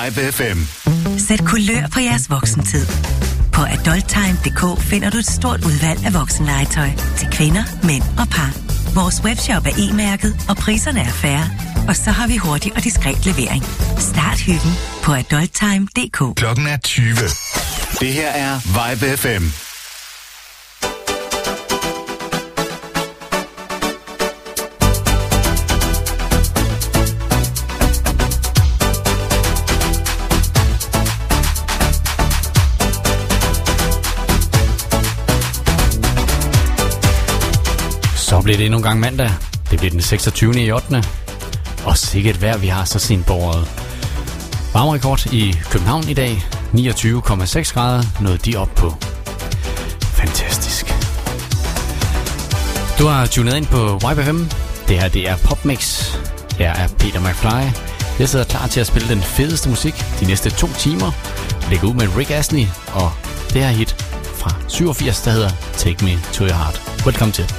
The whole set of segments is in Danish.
Vibe FM. Sæt kulør på jeres voksentid. På adulttime.dk finder du et stort udvalg af voksenlegetøj til kvinder, mænd og par. Vores webshop er e-mærket, og priserne er fair. Og så har vi hurtig og diskret levering. Start hyggen på adulttime.dk. Klokken er 20. Det her er Vibe FM. Så bliver det endnu en gang mandag. Det bliver den 26. i 8. Og sikkert vejr, vi har så sent på året. Varmerekord i København i dag. 29,6 grader nåede de op på. Fantastisk. Du har tunet ind på Vibe FM. Det her, det er PopMix. Her er Peter McFly. Jeg sidder klar til at spille den fedeste musik de næste 2 timer. Lægger ud med Rick Astley og det her hit fra 87, der hedder Take Me To Your Heart. Velkommen til.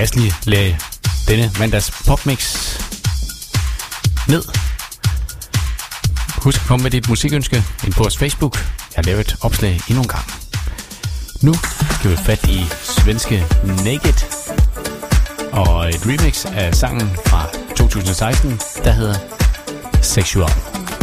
Astley lagde denne mandags popmix ned. Husk at komme med dit musikønske ind på vores Facebook. Jeg har lavet et opslag endnu en gang. Nu skal vi fat i svenske Naked og et remix af sangen fra 2016, der hedder Sexual.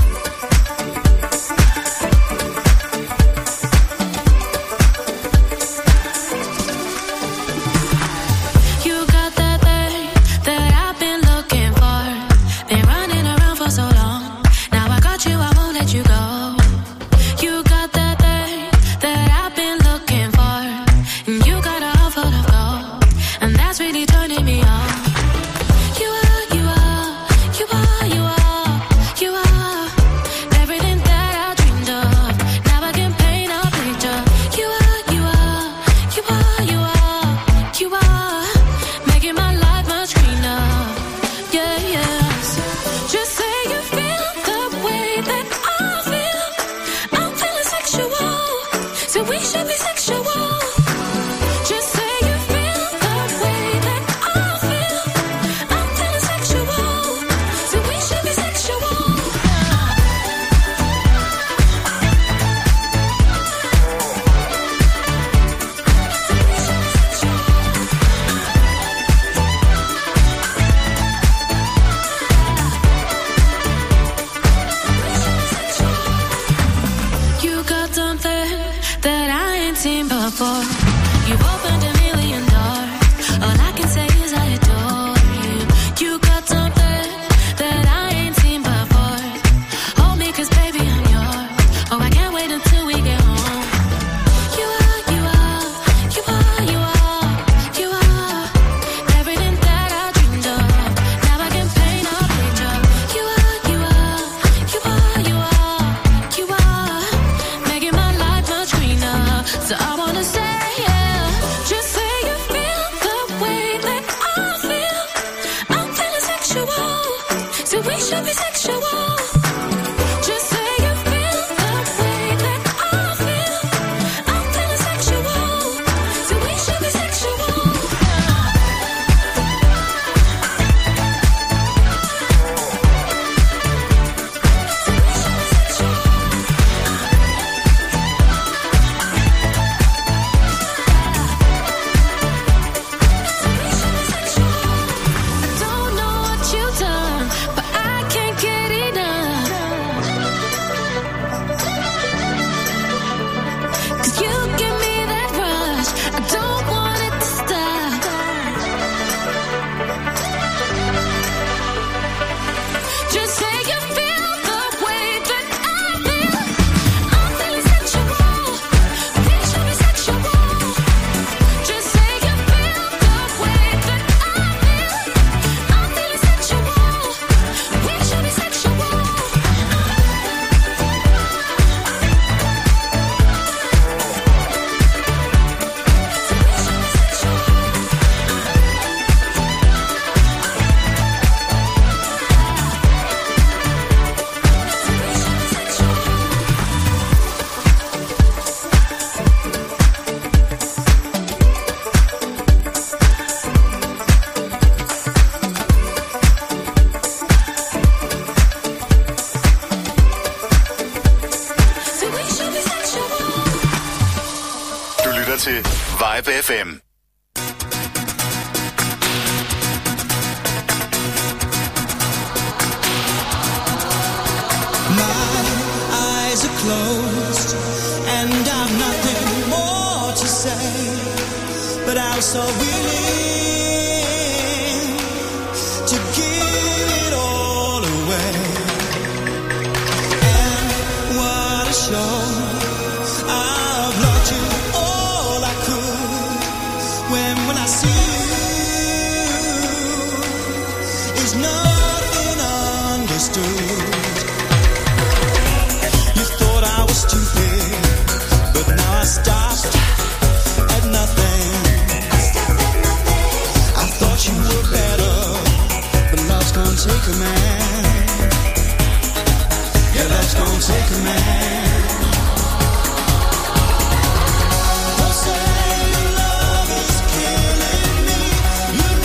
til Vibe FM. Closed, and I've nothing more to say, but I'm so willing to give it all away. And what a show! I've loved you all I could. When I see you, is nothing understood. Stupid, but now I stopped at nothing. I thought you were better, but love's gonna take a man. Yeah, love's gonna take a man. Don't say love is killing me. You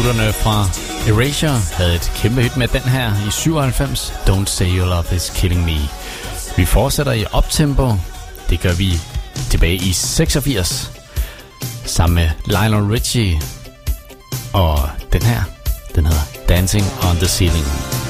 Gutterne fra Erasure havde et kæmpe hit med den her i 97, Don't Say Your Love Is Killing Me. Vi fortsætter i optempo. Det gør vi tilbage i 86 sammen med Lionel Richie. Og den her, den hedder Dancing on the Ceiling.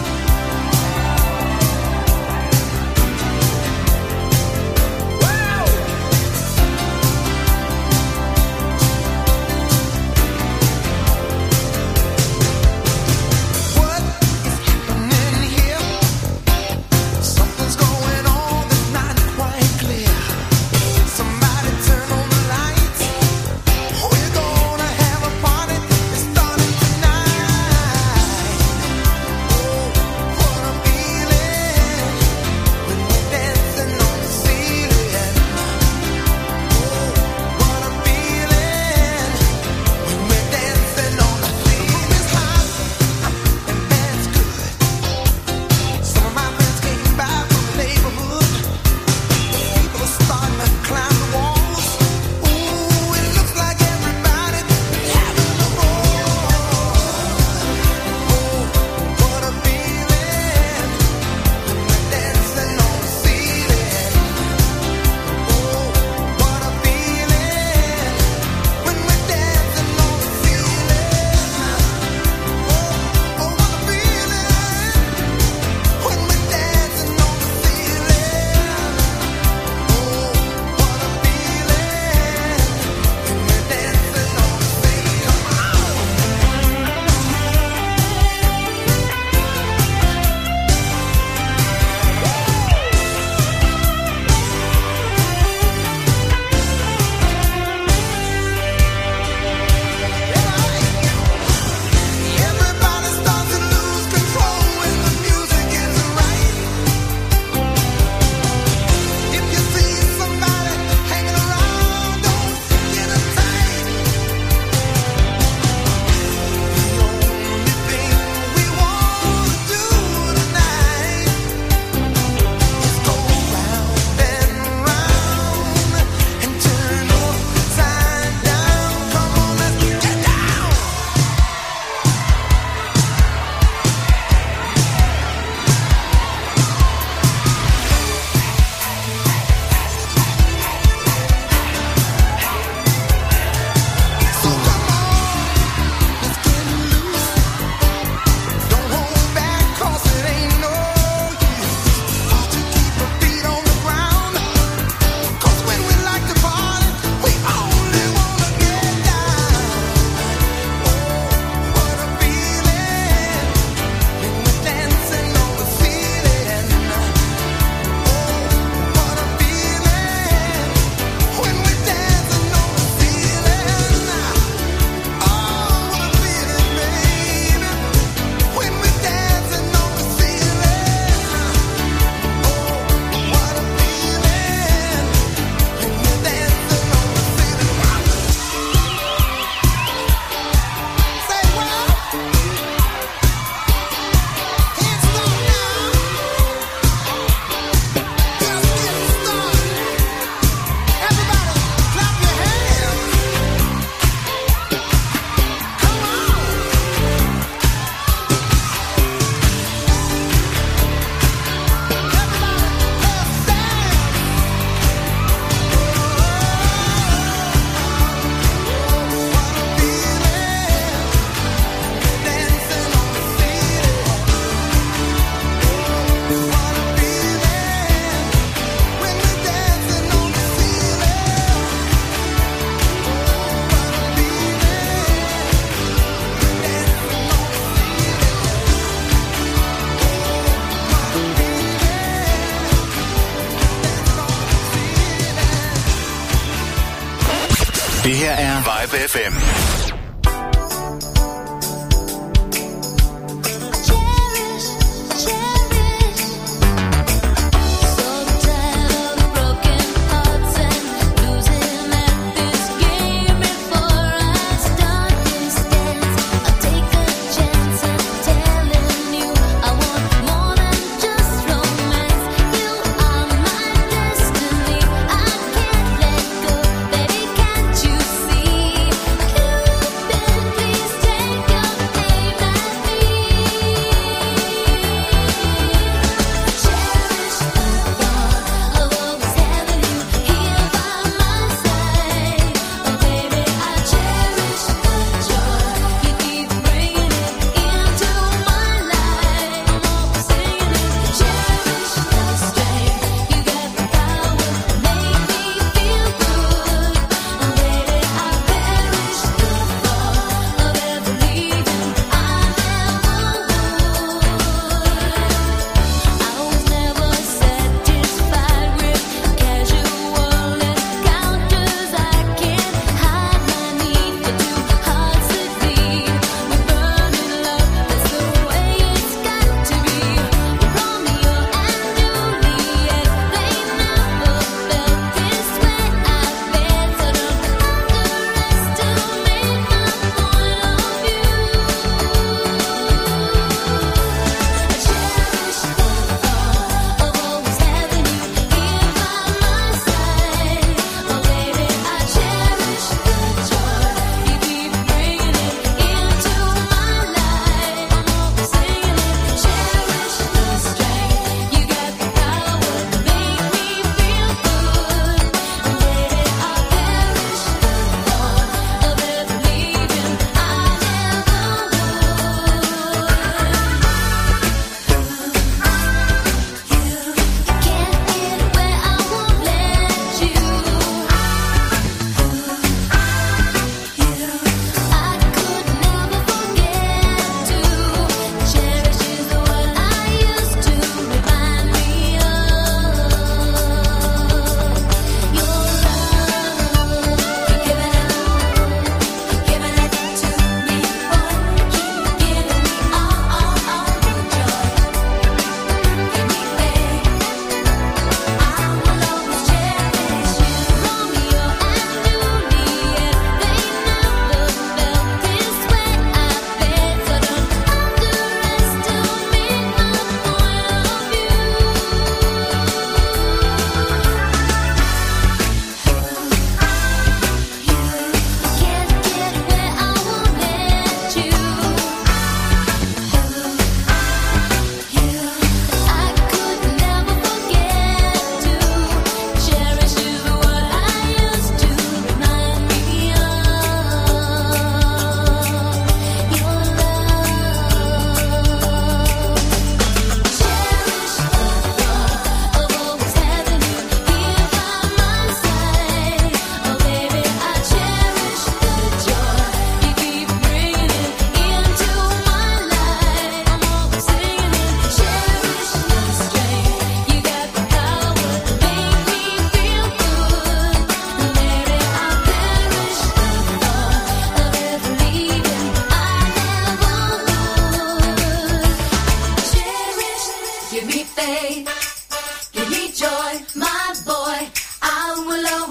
Det her er Vibe FM. You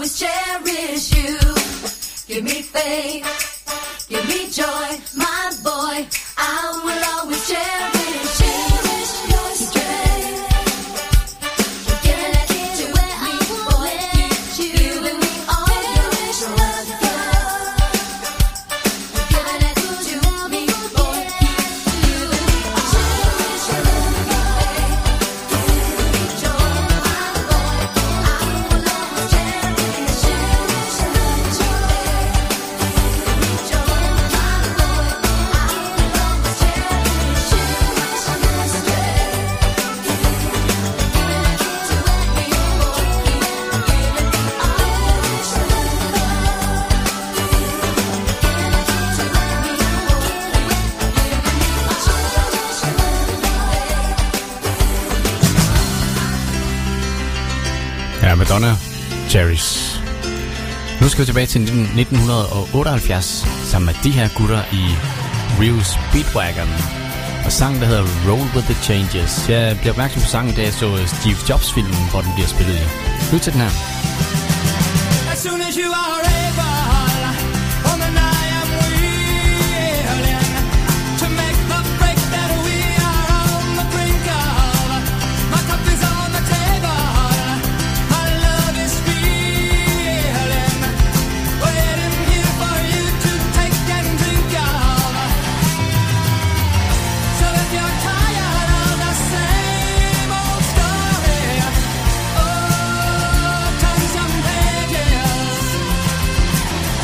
always cherish you. Give me faith, give me joy, my boy. I will always cherish you. Your strength, giving it to me, boy. Giving me all your trust. Giving it to me, boy. Giving me Ja, Madonna, Cherish. Nu skal vi tilbage til 1978 sammen med de her gutter i Rio Speedwagon. Og sangen, der hedder Roll With The Changes. Jeg bliver opmærksom på sangen, da jeg så Steve Jobs-filmen, hvor den bliver spillet i. Lyt til den her. As soon as you are able, woman, I am willing to make the break that we are on the brink of. My cup is on the table, my love is feeling, waiting here for you to take and drink of. So if you're tired of the same old story, oh, turn some pages.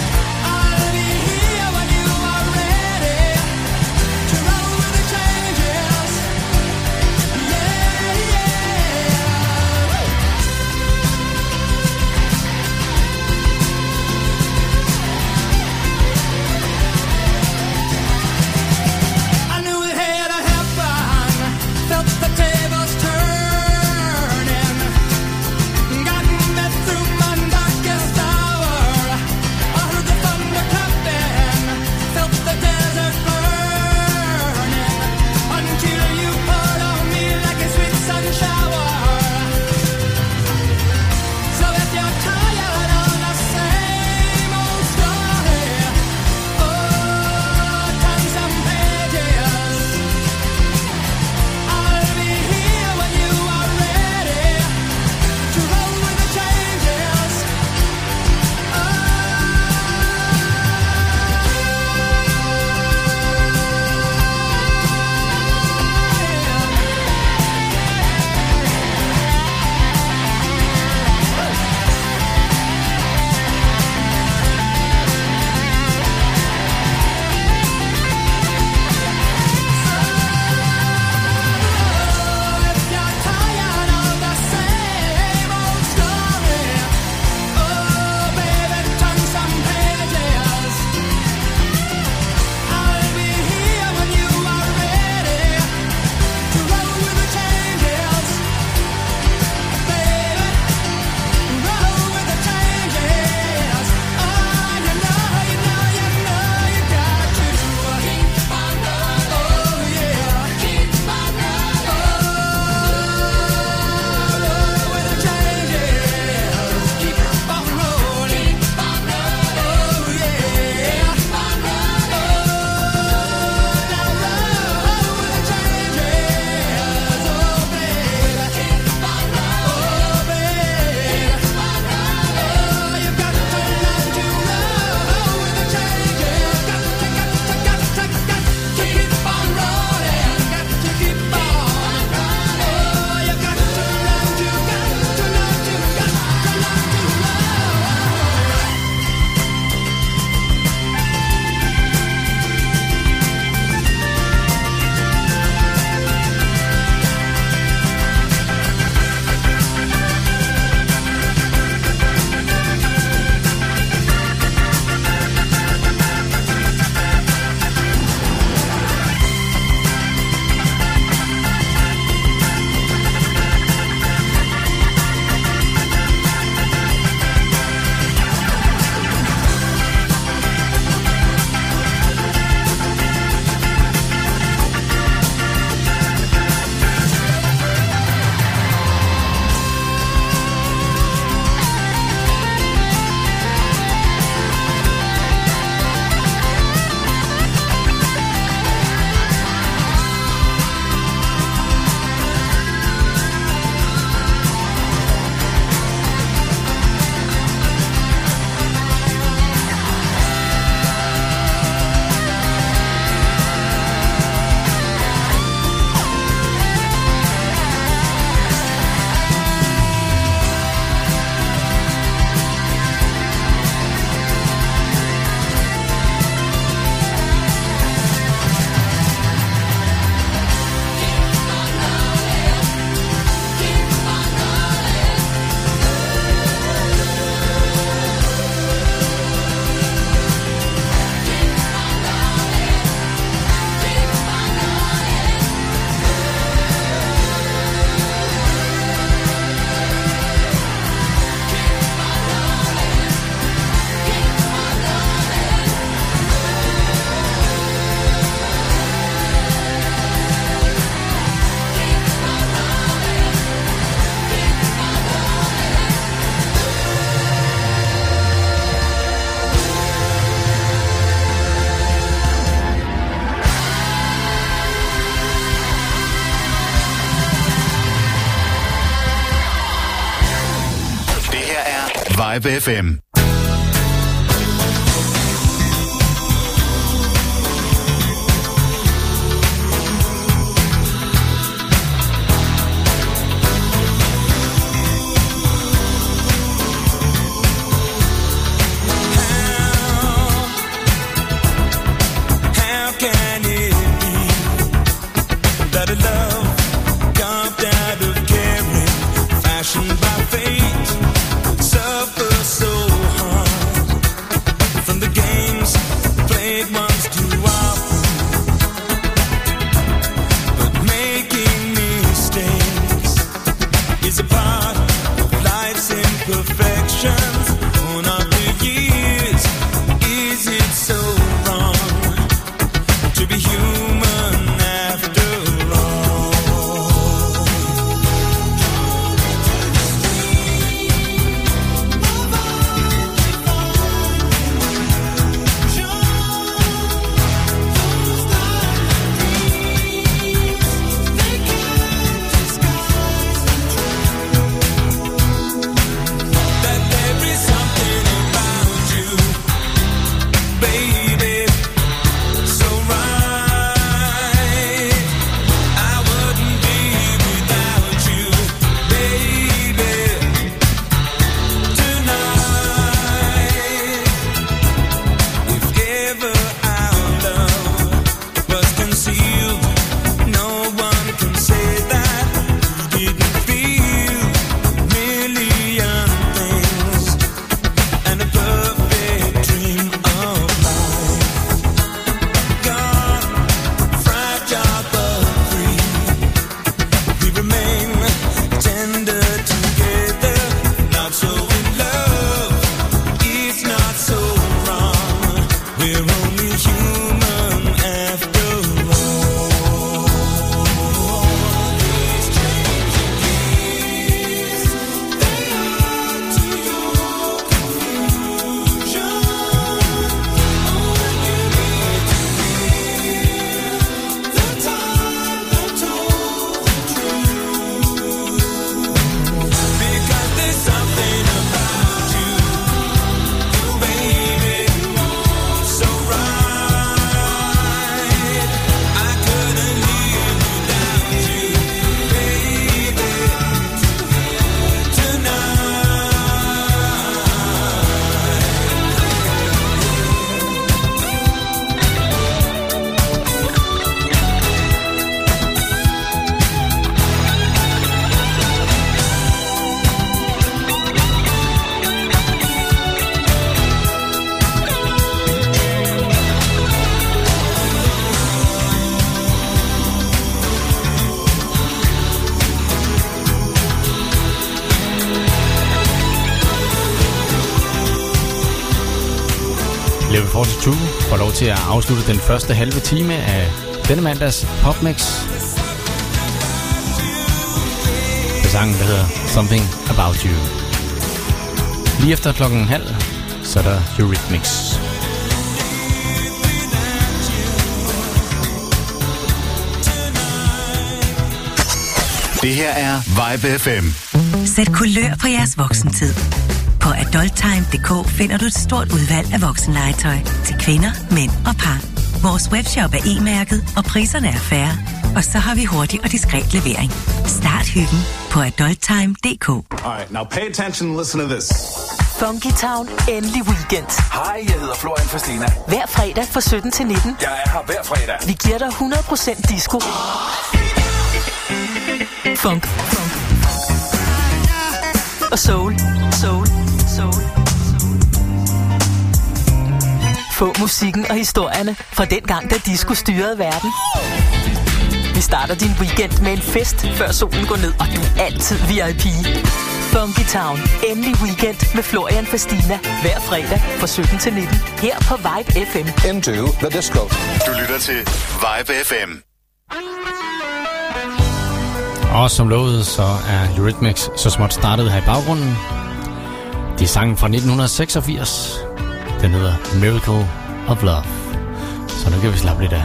Vibe FM. Level 42 får lov til at afslutte den første halve time af denne mandags PopMix. Det sangen, der hedder Something About You. Lige efter 12:30, så er der Eurythmics. Det her er Vibe FM. Sæt kulør på jeres voksentid. På adulttime.dk finder du et stort udvalg af voksenlegetøj til kvinder, mænd og par. Vores webshop er e-mærket, og priserne er fair. Og så har vi hurtig og diskret levering. Start hyggen på adulttime.dk. Alright, now pay attention and listen to this. Funky Town, endelig weekend. Hej, jeg hedder Florian Fastina. Hver fredag fra 17 til 19. Jeg er her hver fredag. Vi giver dig 100% disco. Funk. Og soul. Få musikken og historierne fra den gang, da disco styrede verden. Vi starter din weekend med en fest, før solen går ned, og du er altid VIP. Funky Town, endelig weekend med Florian Fastina. Hver fredag fra 17 til 19. Her på Vibe FM. Into the disco. Du lytter til Vibe FM. Og som lovet, så er Eurythmics så småt startet her i baggrunden. De sang fra 1986. Den hedder Miracle of Love. Så nu kan vi slappe lidt af.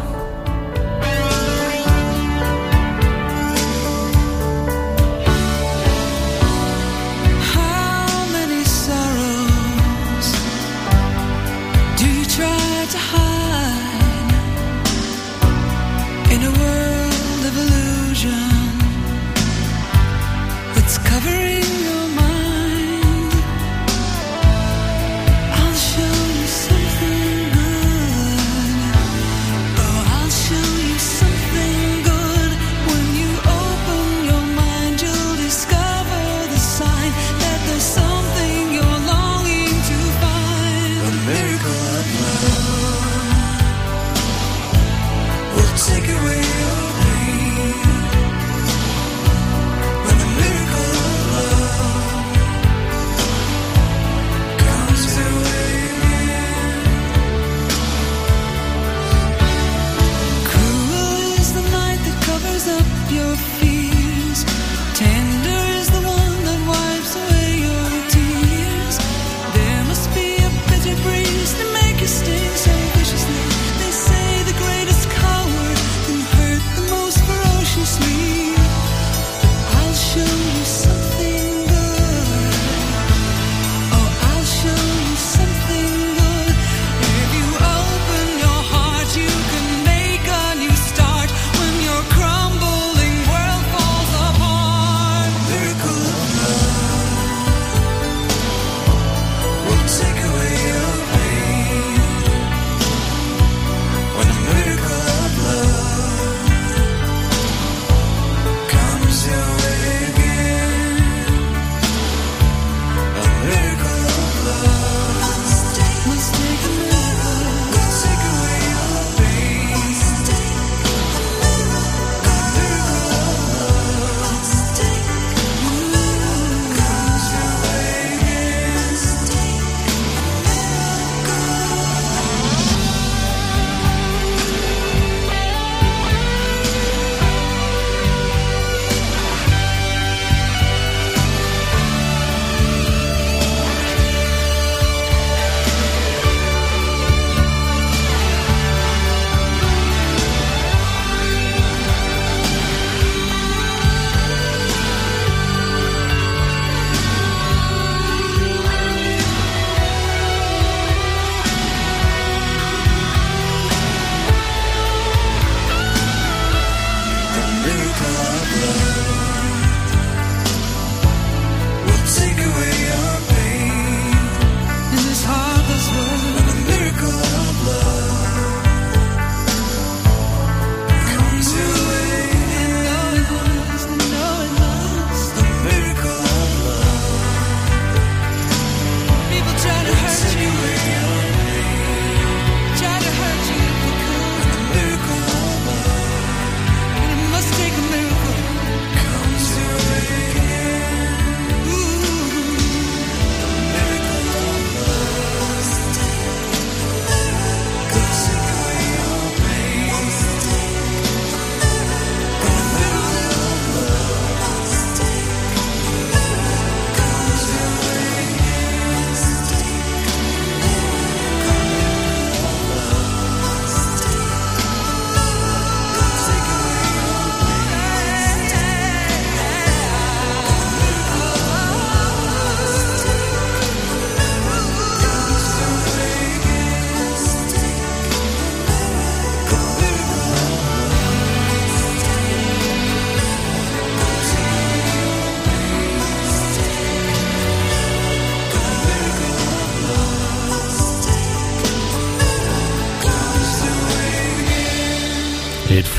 How many sorrows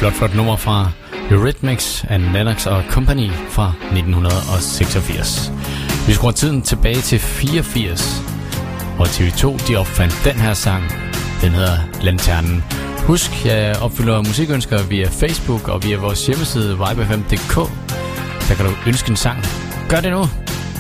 flot nummer fra Eurythmics and Lennox og Company fra 1986. Vi skruer tiden tilbage til 84, og TV2 de opfandt den her sang. Den hedder Lanternen. Husk, jeg opfylder musikønsker via Facebook og via vores hjemmeside vibefm.dk. Der kan du ønske en sang. Gør det nu!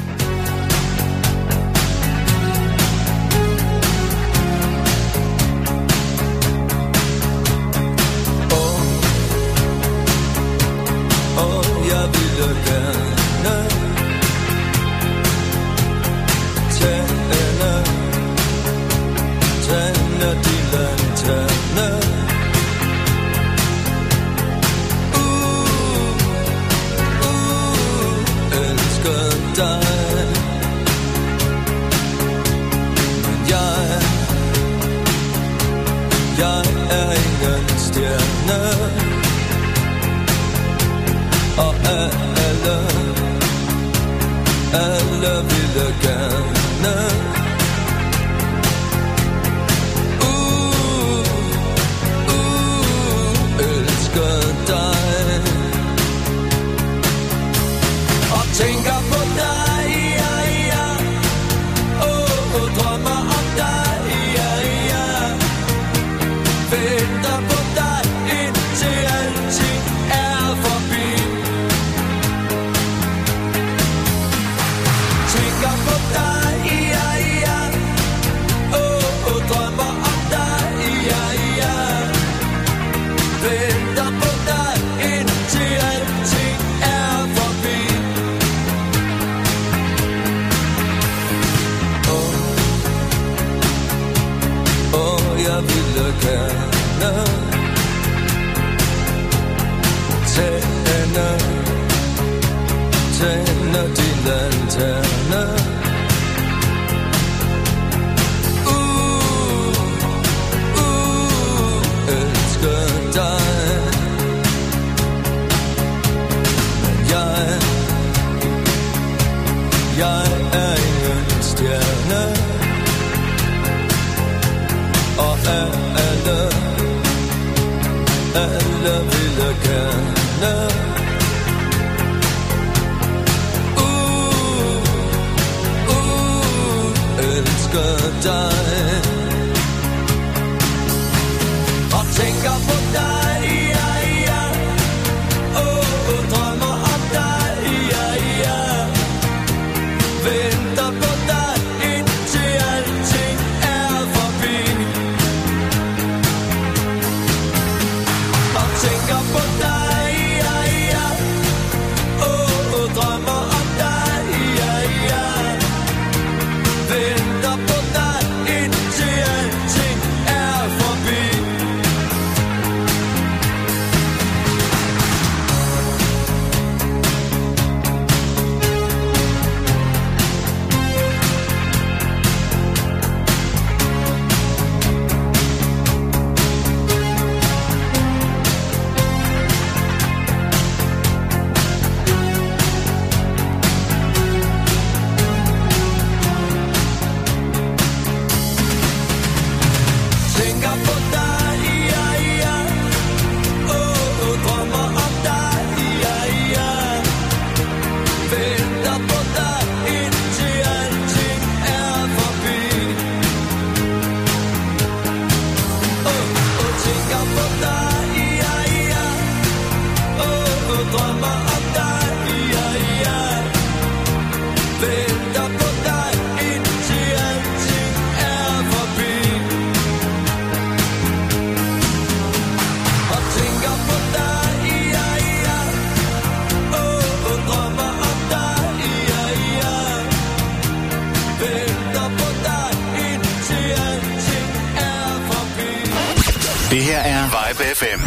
Det her er Vibe FM.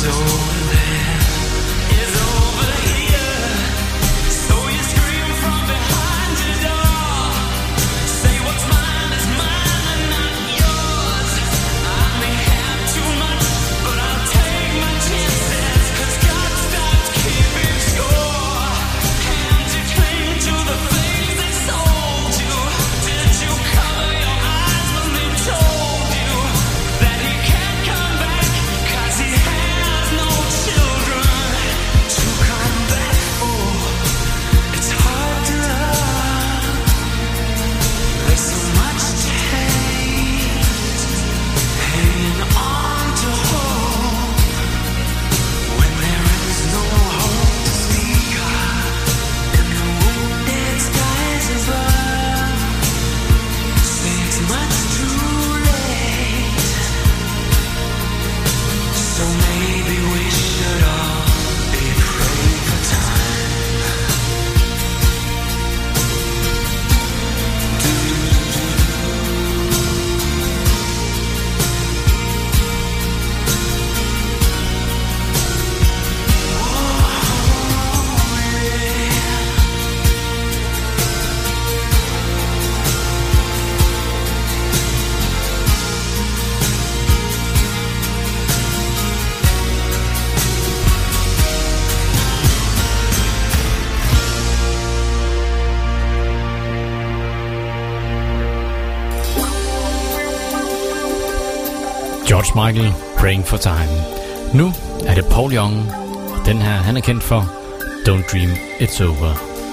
George Michael, Praying for Time. Nu er det Paul Young, og den her, han er kendt for Don't Dream It's Over.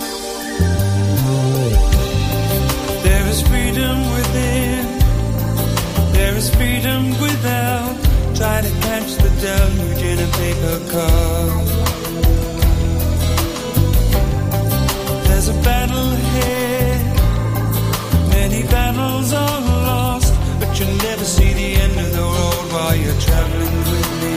There is freedom within, there is freedom without. Try to catch the deluge in a paper cup. There's a battle ahead, many battles are lost, but you'll never see the end of the road while you're traveling with me.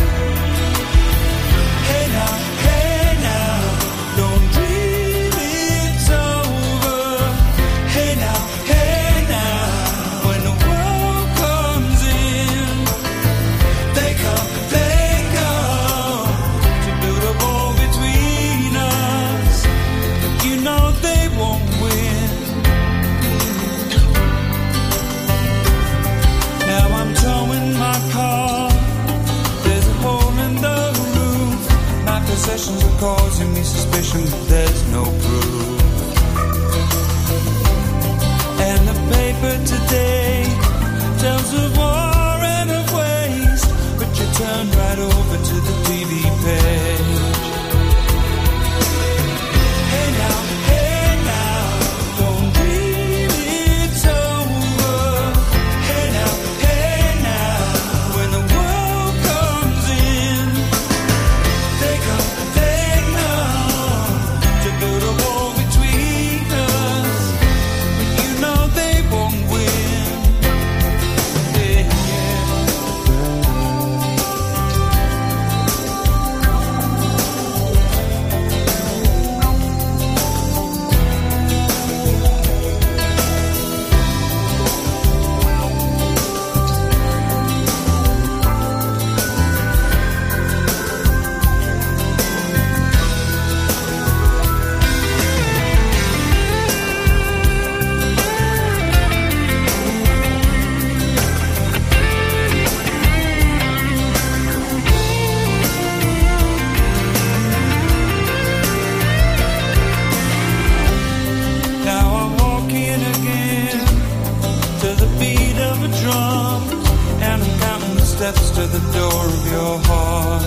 Hey now, don't dream it's over. Hey now, when the world comes in, they come to build a wall between us. You know they won't win. Now I'm towing my car, there's a hole in the roof. My possessions are causing me suspicion, but there's no proof. And the paper today tells of war and of waste, but you turn right over to the TV page. Hey now, don't dream it's over. Hey now, when the world comes in, they come to build a wall between us. But you know they won't win. Yeah. Now I'm walking again to the beat of a drum, and I'm counting the steps to the door of your heart.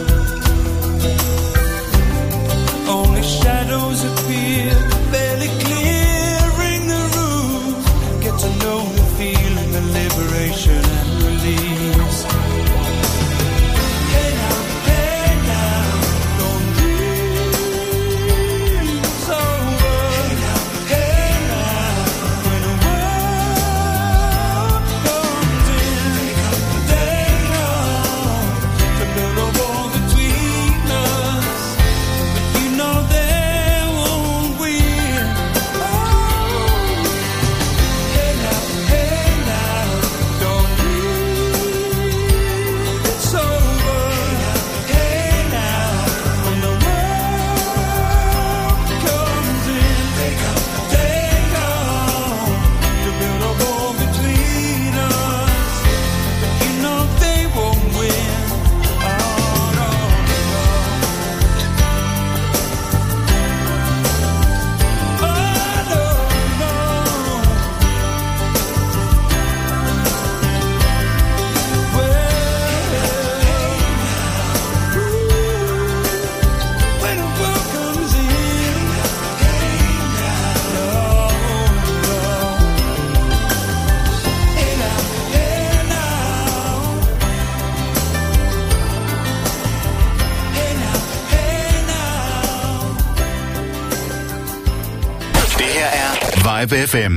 Only shadows appear, barely clearing the roof. Get to know the feeling of liberation and release. Hey now, don't dream it's over. Hey now, when the world comes in, they come to build a wall between us. But you know they won't win. Oh. Hey now, don't Vibe FM.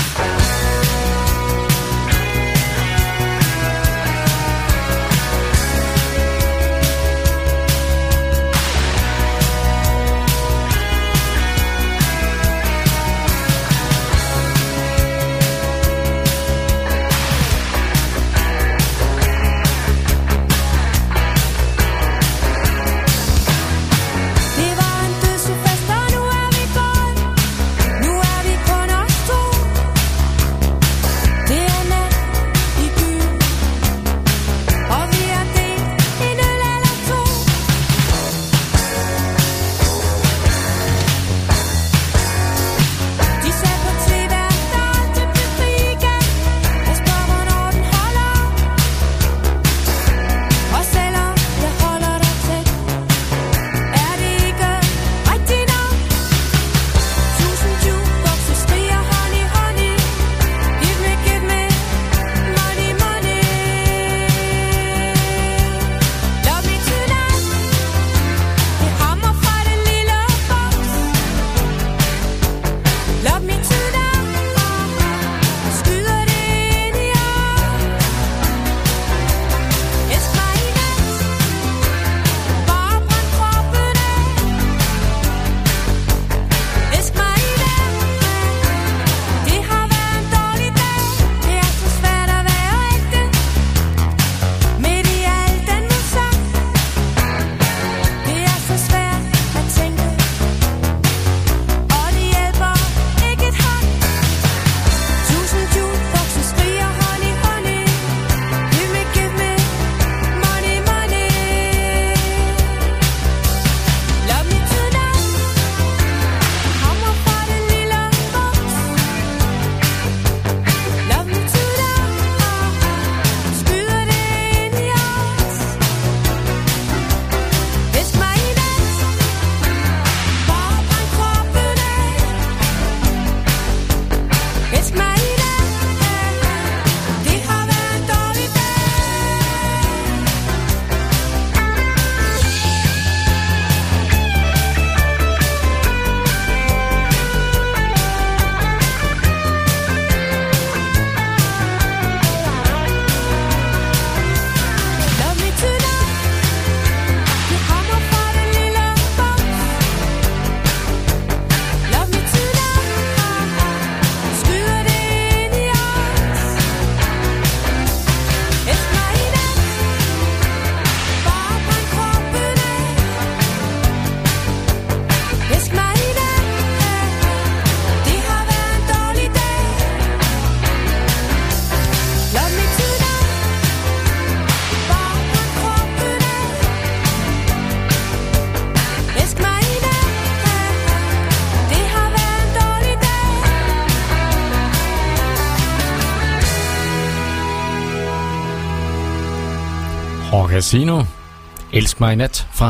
Casino. Elsk mig i nat fra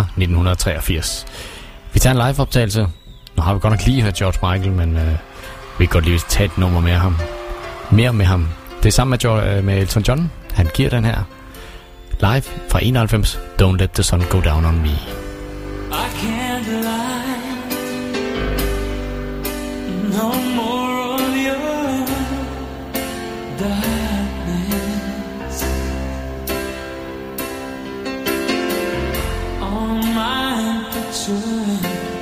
1983. Vi tager en live-optagelse. Nu har vi godt nok lige hørt George Michael, men vi kan godt lige tage et nummer med ham. Mere med ham. Det er sammen med Elton John. Han giver den her live fra 91. Don't let the sun go down on me. I can't lie. No more of your darkness on my picture.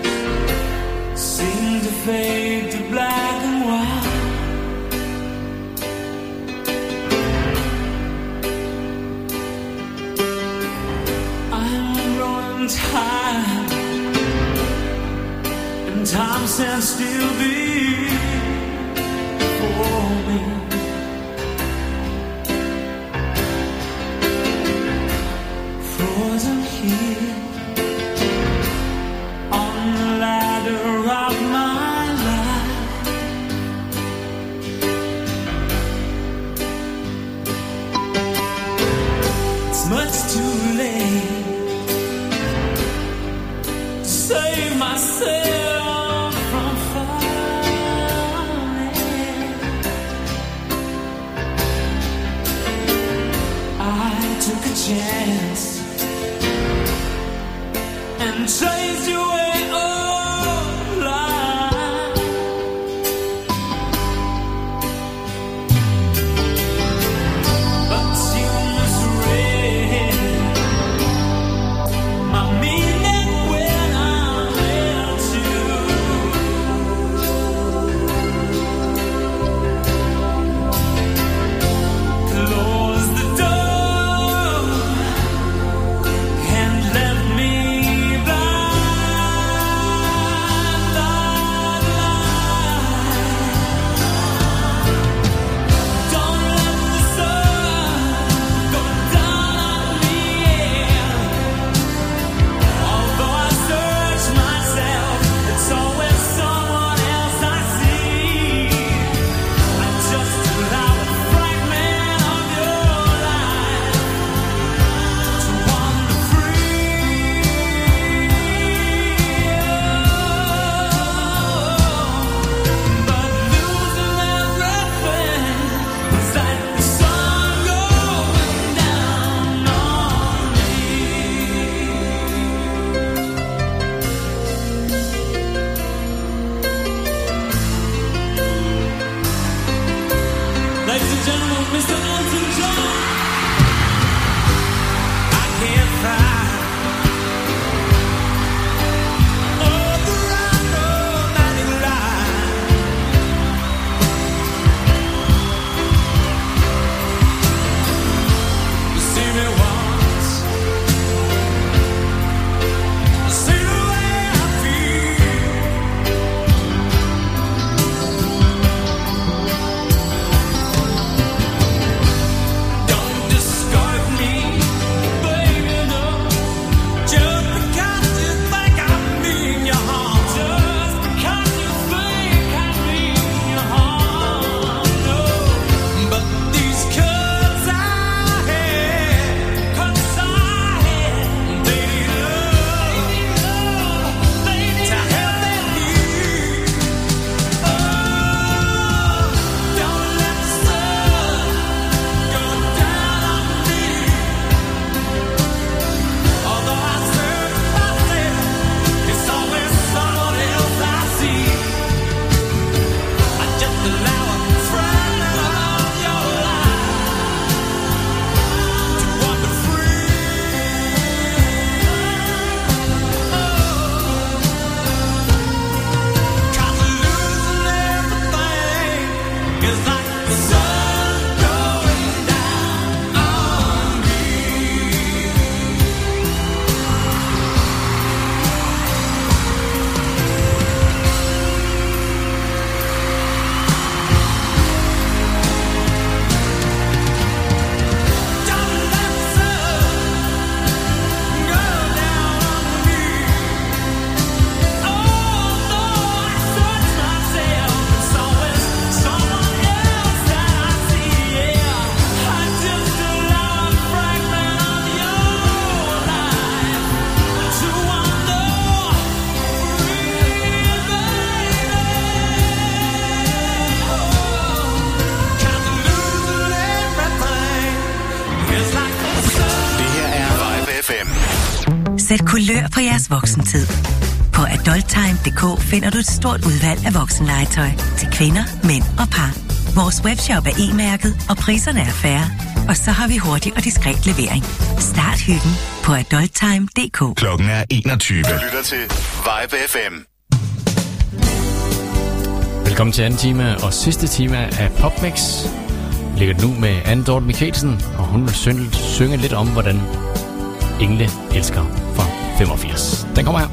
Seem to fade to black and white. I'm growing tired, and time stands still before me. Frozen here on the ladder of my life. It's much too late to save myself from falling. I took a chance and chased you away, oh, lie. Sæt kulør på jeres voksentid. På adulttime.dk finder du et stort udvalg af voksenlegetøj til kvinder, mænd og par. Vores webshop er e-mærket, og priserne er fair. Og så har vi hurtig og diskret levering. Start hyggen på adulttime.dk. Klokken er 21. Du lytter til Vibe FM. Velkommen til anden time og sidste time af PopMix. Ligger nu med Anne Dorte Mikkelsen, og hun vil synge lidt om, hvordan Engle elsker fra 85. Den kommer her.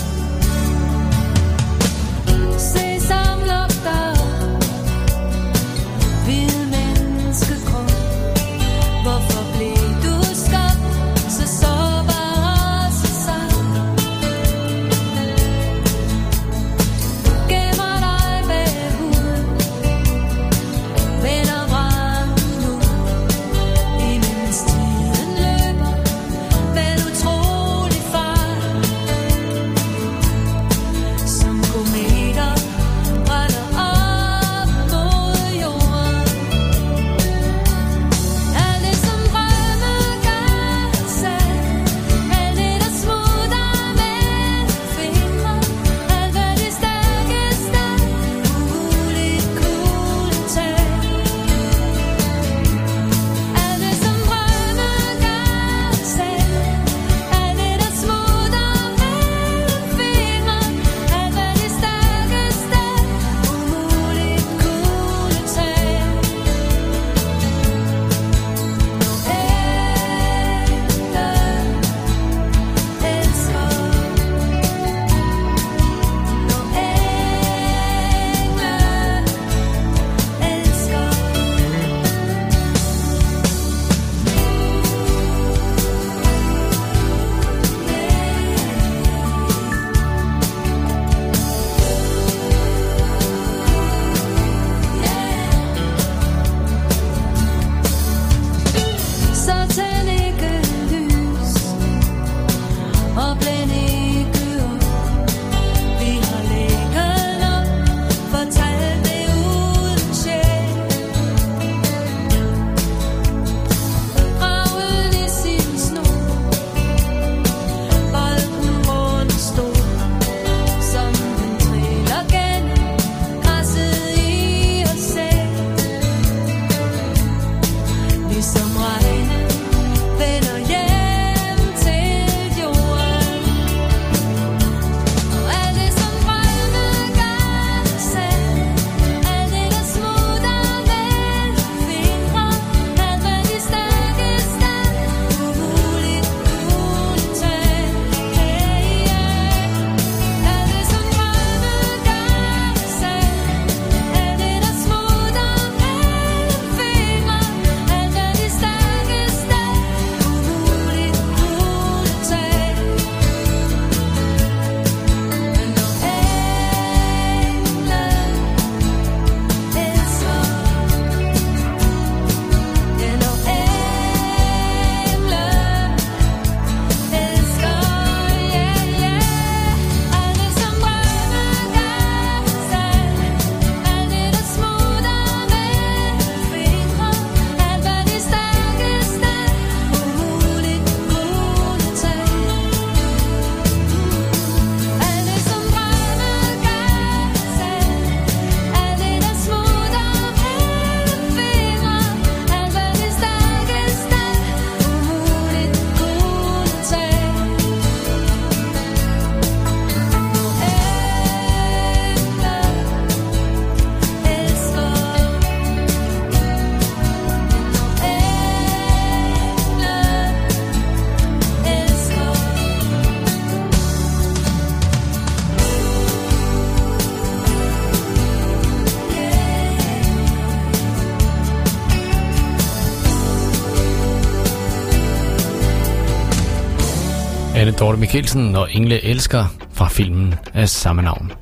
Anne Dorte Mikkelsen og Engle elsker fra filmen af samme navn.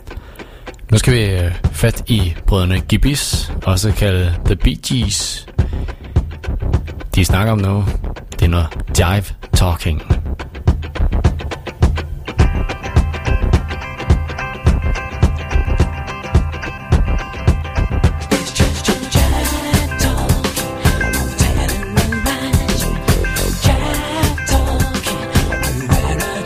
Nu skal vi fat i brødrene Gibbis, også kaldet The Bee Gees. De snakker om noget. Det er noget jive talking. Jive talking.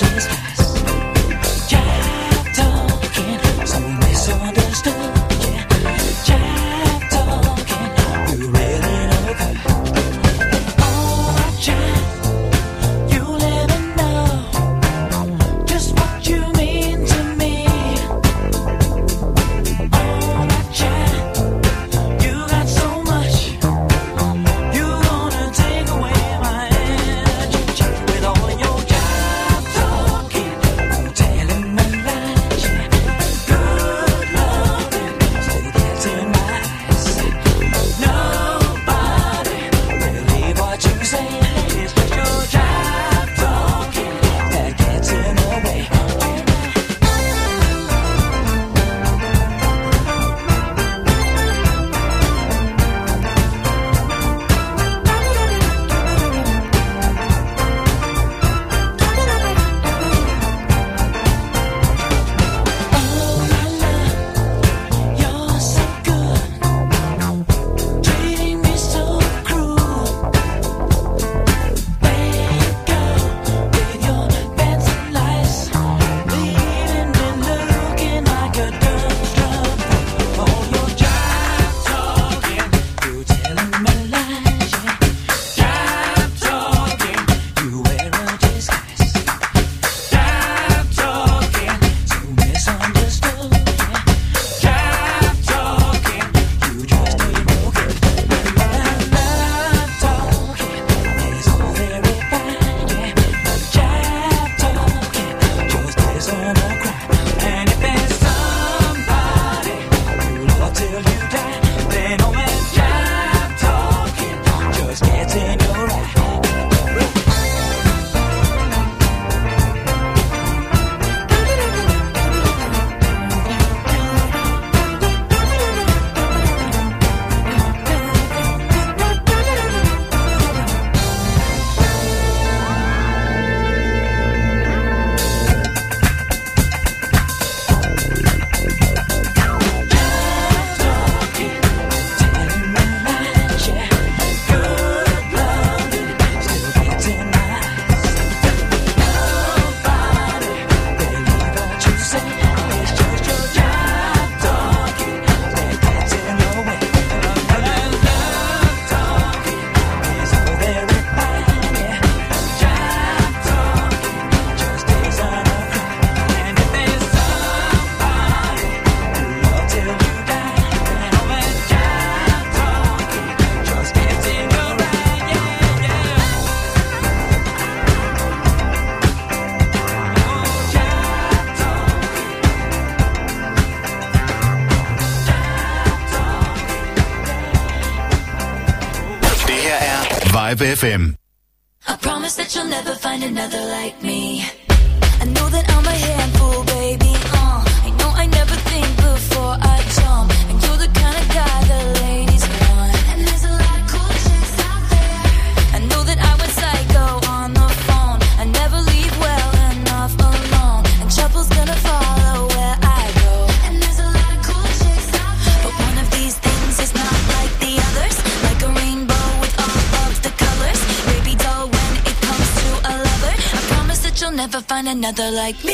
Vibe FM. I promise that you'll never find another like me. I know that I'm a handful, baby. I know I never think before I jump, and you're the kind of guy the ladies want. And there's a lot of cool chicks out there. I know that I went psycho on the phone. I never leave well enough alone, and trouble's gonna follow where I go. And there's a lot of cool chicks out there, but one of these things is not like the others. Like a rainbow with all of the colors. Baby doll, when it comes to a lover, I promise that you'll never find another like me.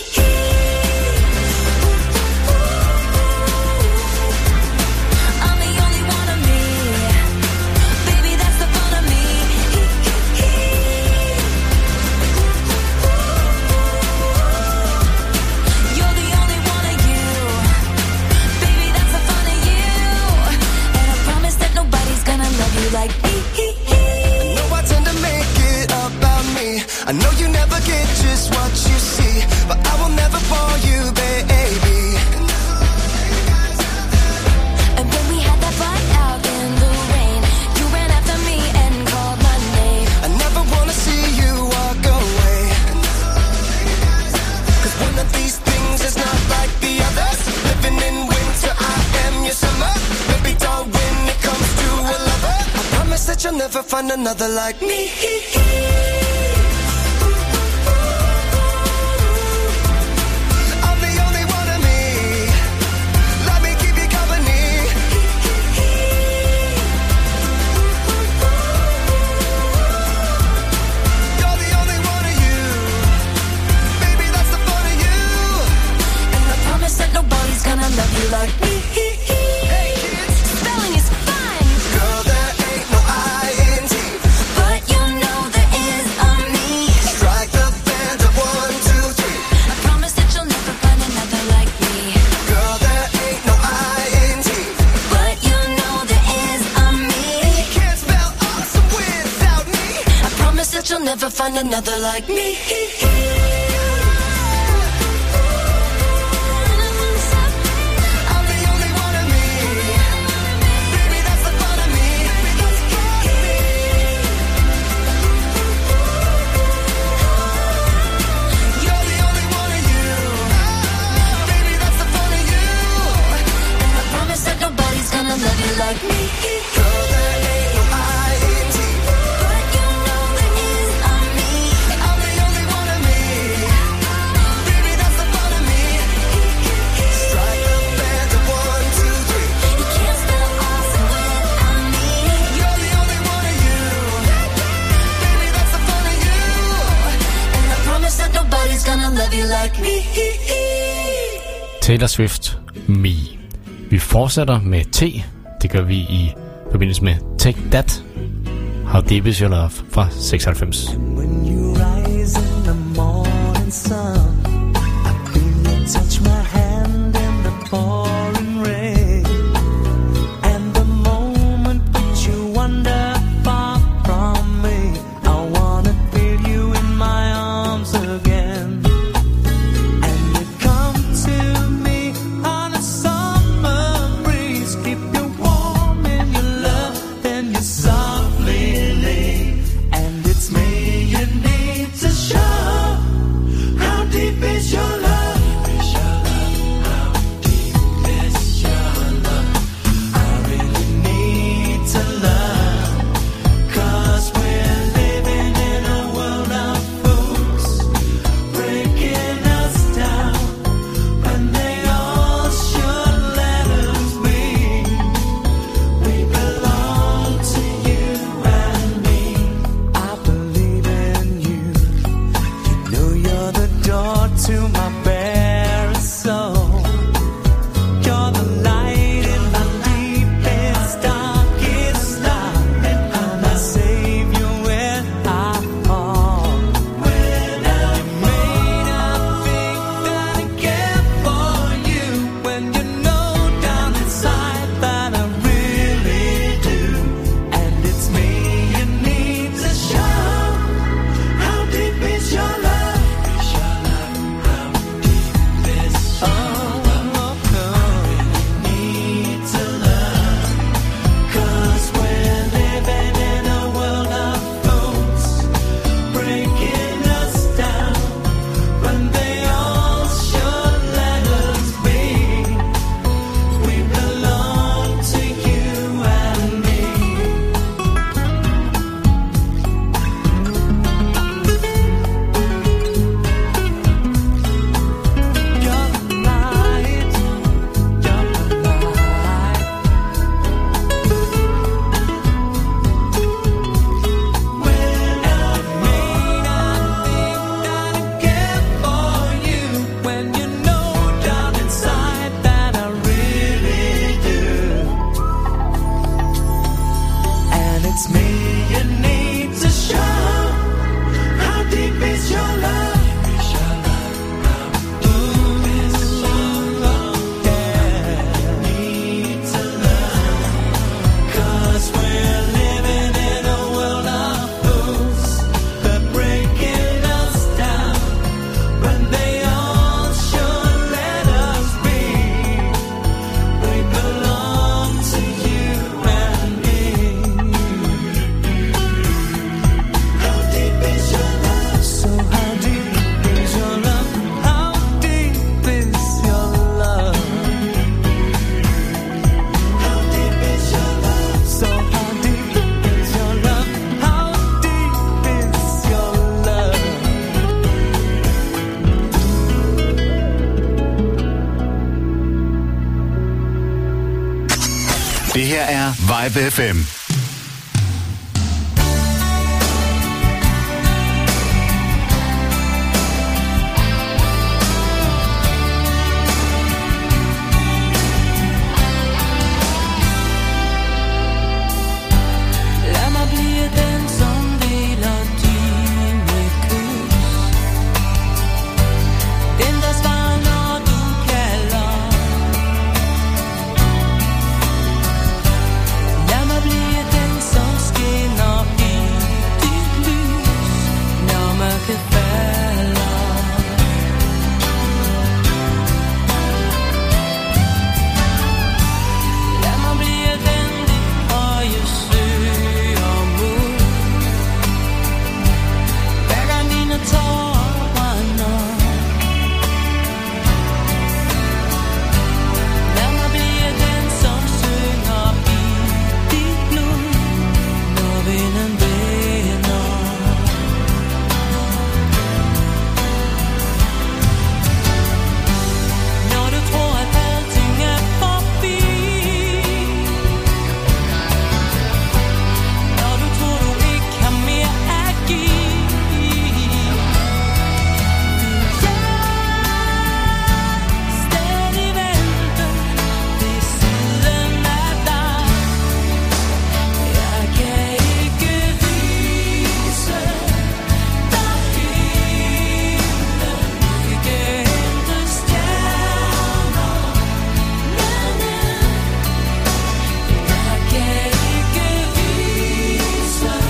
I'm the only one of me. Baby, that's the fun of me. You're the only one of you. Baby, that's the fun of you. And I promise that nobody's gonna love you like me. I know I tend to make it about me. I know you never get just what you see, but I will never bore you, baby. And when we had that fight out in the rain, you ran after me and called my name. I never wanna see you walk away, 'cause one of these things is not like the others. Living in winter, I am your summer. Baby doll, when it comes to a lover, I promise that you'll never find another like me. I'm the only one of me. Let me keep you company. You're the only one of you. Baby, that's the fun of you. And I promise that nobody's gonna love you like me. Hey kids, Spelling is fine, girl, there ain't no I-N-T. but you know there is a me. Strike the band at 1, 2, 3. I promise that you'll never find another like me. Girl, there ain't no I-N-T. But you know there is a me. Can't spell awesome without me. I promise that you'll never find another like me. I'm the only one of me. Baby, that's the fun of me. You're the only one of you. Baby, that's the fun of you. And I promise that nobody's gonna love you like me. Girl, there ain't no I-N-T. But you know there is a me. I'm the only one of me. Baby, that's the fun of me. Strike the band at 1, 2, 3. You can't spell awesome without me. You're the only one of you. Baby, that's the fun of you. And I promise that nobody's gonna love you like me. Taylor Swift, Me. Vi fortsætter med T. Det gør vi i forbindelse med Take That. How Deep Is Your Love fra 96. When you rise in the morning sun, I feel you touch my hand in the pouring rain. And the moment that you wander far from me, I wanna feel you in my arms again. And you come to me on a summer breeze, keep you warm in your love, then you softly leave. And it's me you her er Vibe FM. Lad mig blive den, som deler dine kys. Den, der svarer, når du kalder. Lad mig blive den, som skinner i dit lys, når mørket falder. Lad mig blive den, dit øje søger mod. Hver gang mine tårer brænder. Lad mig blive den, som synger i dit blod, når vinden vender. Når du tror, at alting er forbi. Når du tror, du ikke har mere at give. Stadig vente ved siden af dig. Jeg kan ikke vise dig himlen, ikke hente stjerner. Jeg kan ikke vise dig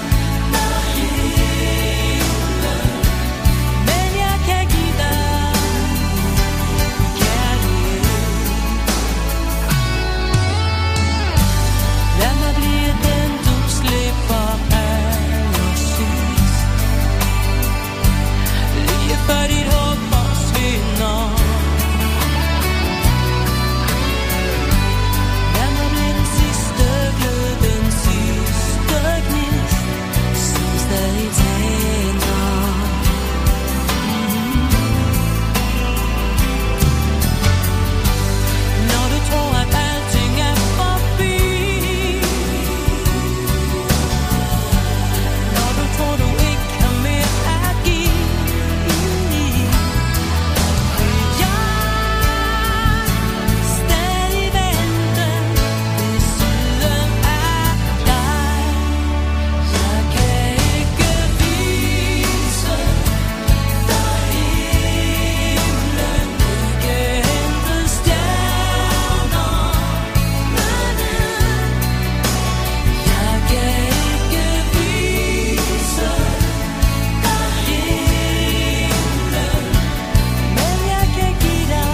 himlen, men jeg kan give dig kærlighed. Lad mig blive den, du slipper allersidst. Lige før dit håb forsvinder. Lad mig blive den sidste glød, den sidste gnist, som stadig tænder. Når du tror, at alting er forbi. Når du tror, du ikke har mere at give. Jeg stadig vente ved siden af dig. Jeg kan ikke vise dig himlen, ikke hente stjerner. Jeg kan ikke vise dig himlen, men jeg kan give dig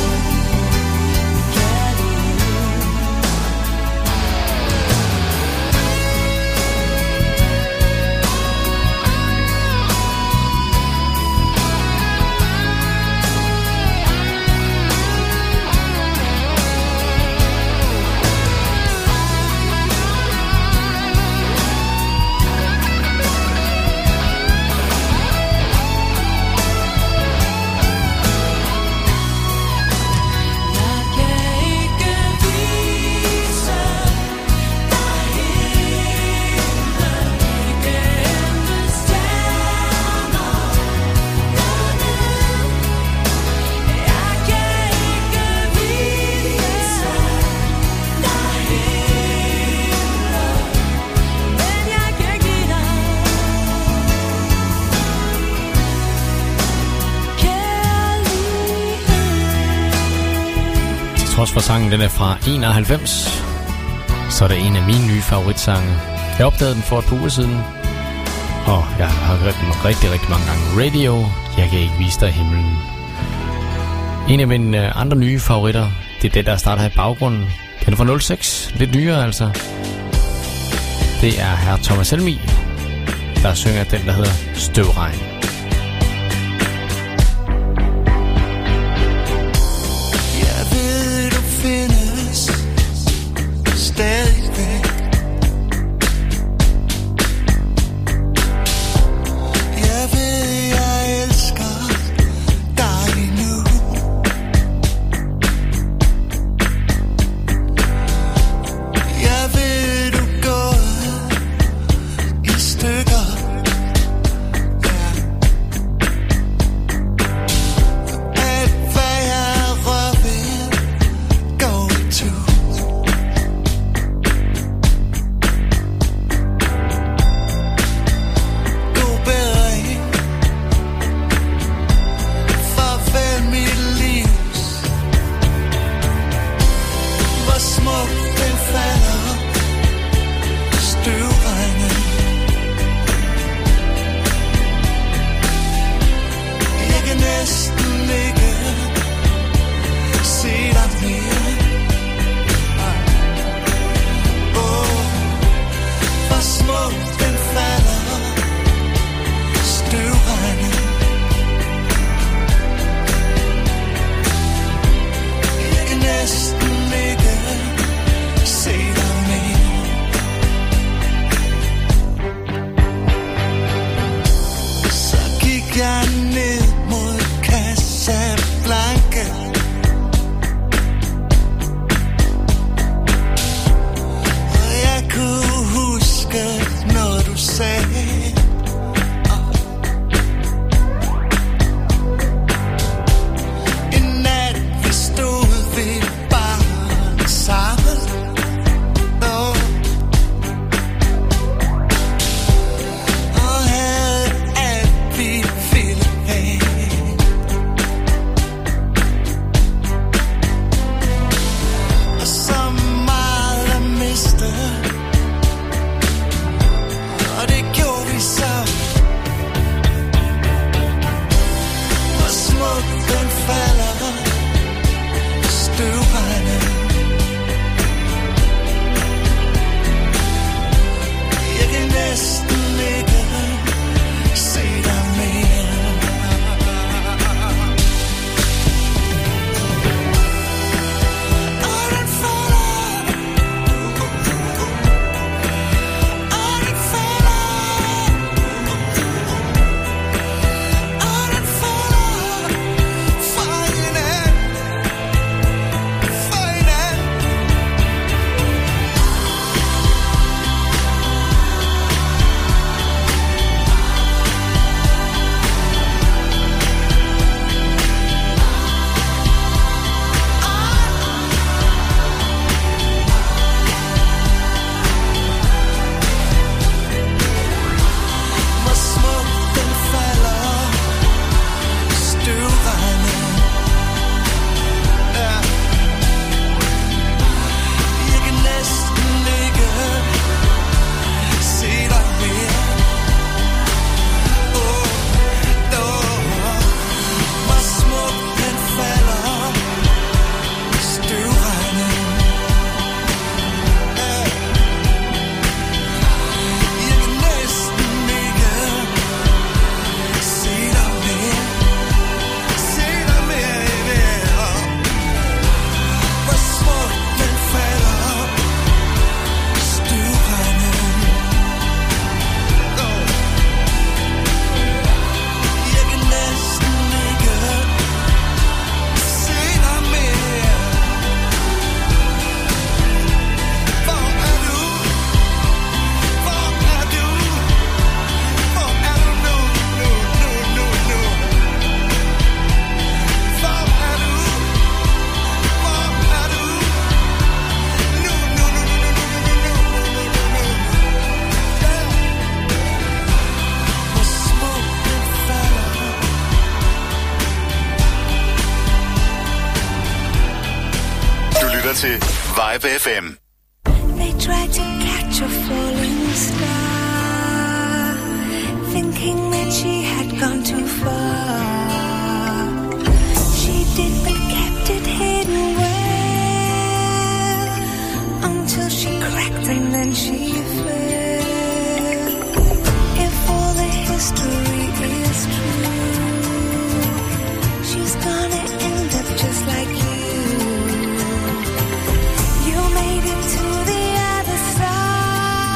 Trods for sangen, den er fra 91, så er det en af mine nye favoritsange. Jeg opdagede den for et par uger siden, og jeg har hørt den rigtig, rigtig mange gange. Radio, jeg kan ikke vise dig himlen. En af mine andre nye favoritter, det er den, der starter her i baggrunden. Den er fra 06, lidt nyere altså. Det er hr. Thomas Helmig, der synger den, der hedder Støvregn. Jeg ved, du findes stadigvæk. Jeg ved, jeg elsker dig nu. say. En nat vi stod ved baren sammen. Og havde alt vi ville have. Og så meget at miste. Og det gjorde vi så. Hvor smukt den falder. Støvregnen. Jeg kan næsten ikke se dig mere. Og den falder. Og den falder. Og den falder. Fra hinanden. Fra hinanden. Hvor smukt den falder. Støvregnen. Ja. Jeg kan næsten ikke se dig mere. Hvor smukt den falder. Støvregnen. Ja. Jeg kan næsten ikke se dig mere. Se dig mere. Hvor smukt den falder. Støvregnen. Jeg kan næsten ikke se dig mere. Hvor er du? Hvor er du? Hvor er du nu? Nu, nu, nu, nu. Hvor er du? Hvor er du? Nu, nu, nu, nu, nu, nu, nu, nu, nu, nu. Hvor smukt den falder. Du lytter til Vibe FM. They tried to catch a falling star, thinking that she had gone too far. She did but kept it hidden well, until she cracked and then she fell. If all the history is true, she's gonna end up just like you. You made it to the other side.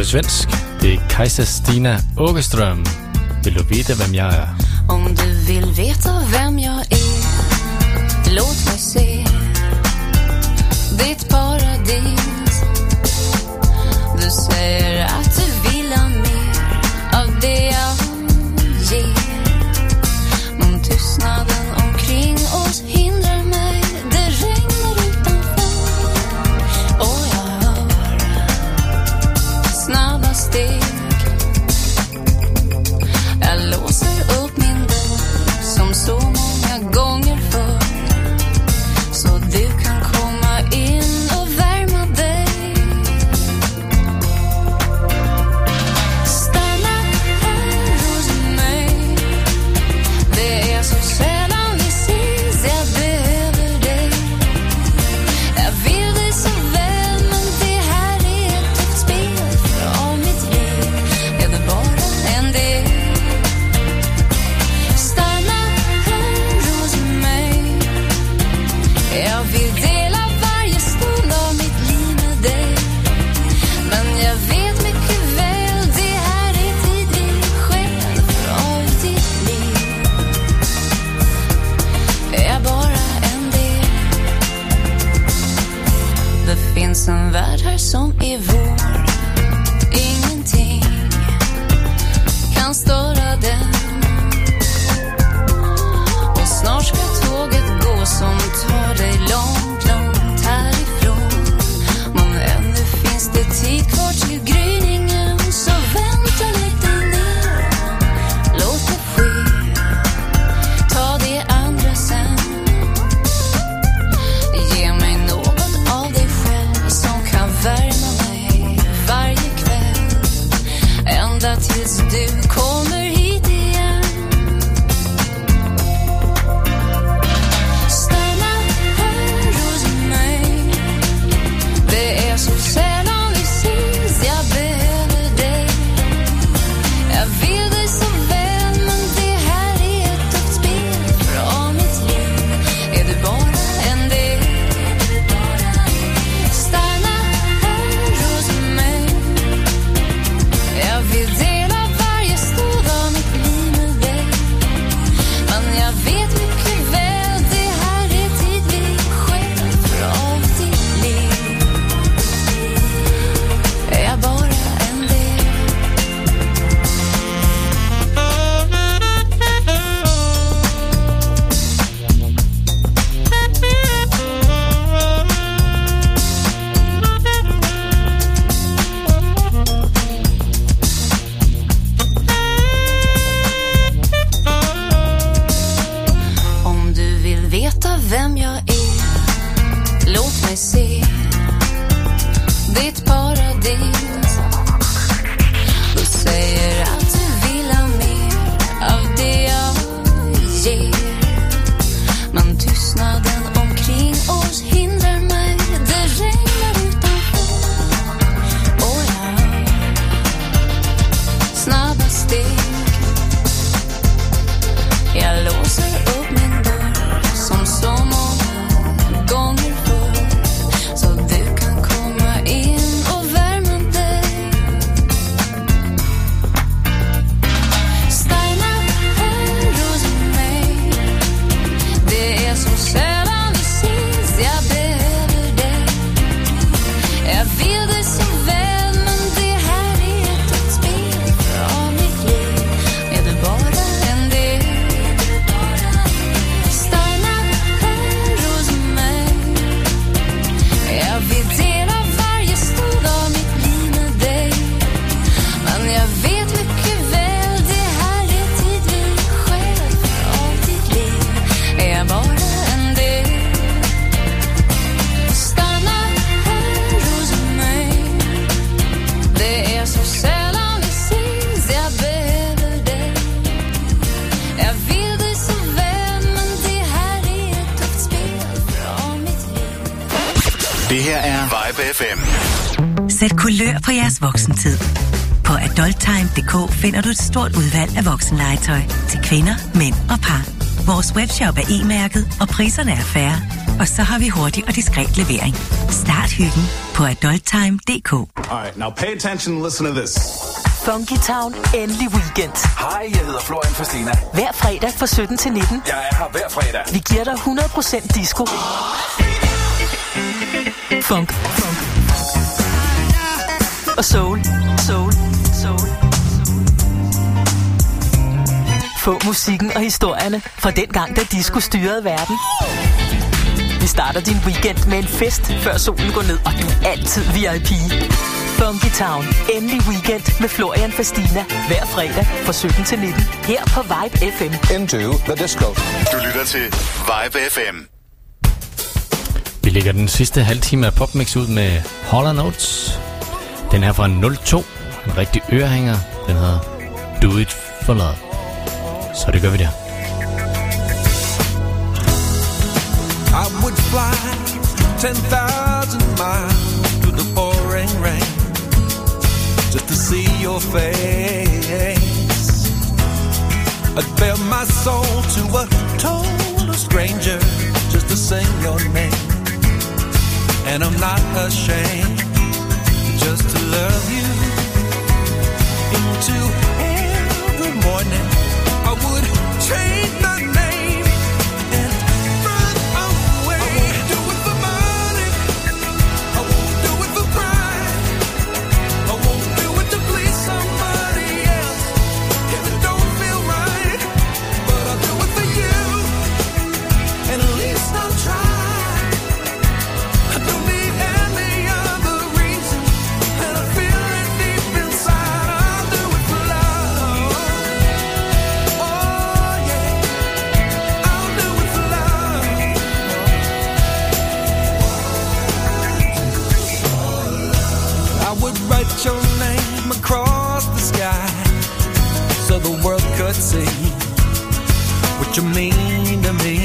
det svensk. Det er Kajsa Stina Åkerström. Vill du veta vem jag är? Om du vill veta vem jag är, låt mig se ditt paradis. Du säger att du vill ha mer av det jag ger. Men tystnaden omkring oss hindrar mig. Det regnar utanför och jag hör snabba steg. Jag låser upp min dörr som så många gånger förr, så du kan komma in och värma dig. Stanna här hos mig. Det är så sällan vi ses, jag behöver dig. Jag vill dig så väl, men det här är ett tufft spel. För av mitt liv är det bara en del. Stanna här hos mig. Jag vill dela varje stund av mitt liv med dig. Men jag vet mycket väl, det här är tid vi själv. För av ditt liv är jag bara en del. Det finns en värld här som är vår. Ingenting kan störa den. Och snart ska tåget gå som tar dig långt, långt härifrån. Men ännu finns det tid kvar till gryningen, så vänta lite ner. Låt det ske, ta det andra sen. Ge mig något av dig själv som kan värma mig varje kväll. Ända tills du kommer hit igen. Stanna här hos mig. Det är så sällan vi ses, jag behöver dig. Jag vill dig så väl, men det här är ett tufft spel. För av mitt liv är du bara en del. Stanna här hos mig. Jag vill dela varje stund av mitt liv med dig. Men jag vet mycket väl, det här är tid vi själv. För av ditt liv är jag bara en del. Om du vill veta vem jag är, låt mig se ditt paradis. Du säger att du vill ha mer av det jag ger. Men tystnaden omkring oss hindrar mig. Det regnar utanför och jag hör snabba steg. Jag låser upp min dörr som så många gånger förr, så du kan komma in och värma dig. Stanna här hos mig. Det är så sällan vi ses, jag behöver dig. Jag vill dig så väl, men det här är ett tufft spel. För av mitt liv är det bara en del. Stanna här hos mig. Jag vill dela varje stund av mitt liv med dig. Men jag vet mycket väl, det här är tid vi själv. För av ditt liv är jag bara en del. Stanna här hos mig. Det är så sällan vi ses, jag behöver dig. Jag vill dig så väl, men det här är ett tufft spel. För av mitt liv. Det her er Vibe FM. Sæt kulør på jeres voksentid. På adulttime.dk finder du et stort udvalg af voksenlegetøj til kvinder, mænd og par. Vores webshop er e-mærket, og priserne er fair. Og så har vi hurtig og diskret levering. Start hyggen på adulttime.dk. Alright, now pay attention and listen to this. Funky Town, endelig weekend. Hej, jeg hedder Florian Fastina. Hver fredag fra 17 til 19. Jeg er her hver fredag. Vi giver dig 100% disco. Funk. Og soul. Få musikken og historierne fra den gang, da disco styrede verden. Vi starter din weekend med en fest, før solen går ned, og du er altid VIP. Funky Town, endelig weekend med Florian Fastina. Hver fredag fra 17 til 19. Her på Vibe FM. Into the disco. Du lytter til Vibe FM. Vi lægger den sidste halve time af Popmix ud med Hall & Oates. Den er fra 02. En rigtig ørehænger. Den hedder Do It For Love. Så det gør vi der. I would fly 10,000 miles through the pouring rain just to see your face. I'd bare my soul to a total stranger just to sing your name. And I'm not ashamed just to love you. Into every morning I would change my name and run away. I won't do it for money, I won't do it for pride, I won't do it to please somebody else if it don't feel right. But I'll do it for you, and at least I'll try. I don't need any other reason, and I feel it deep inside. I'll do it for love. Oh yeah, I'll do it for love. I would write your name across the sky so the world could see what you mean to me.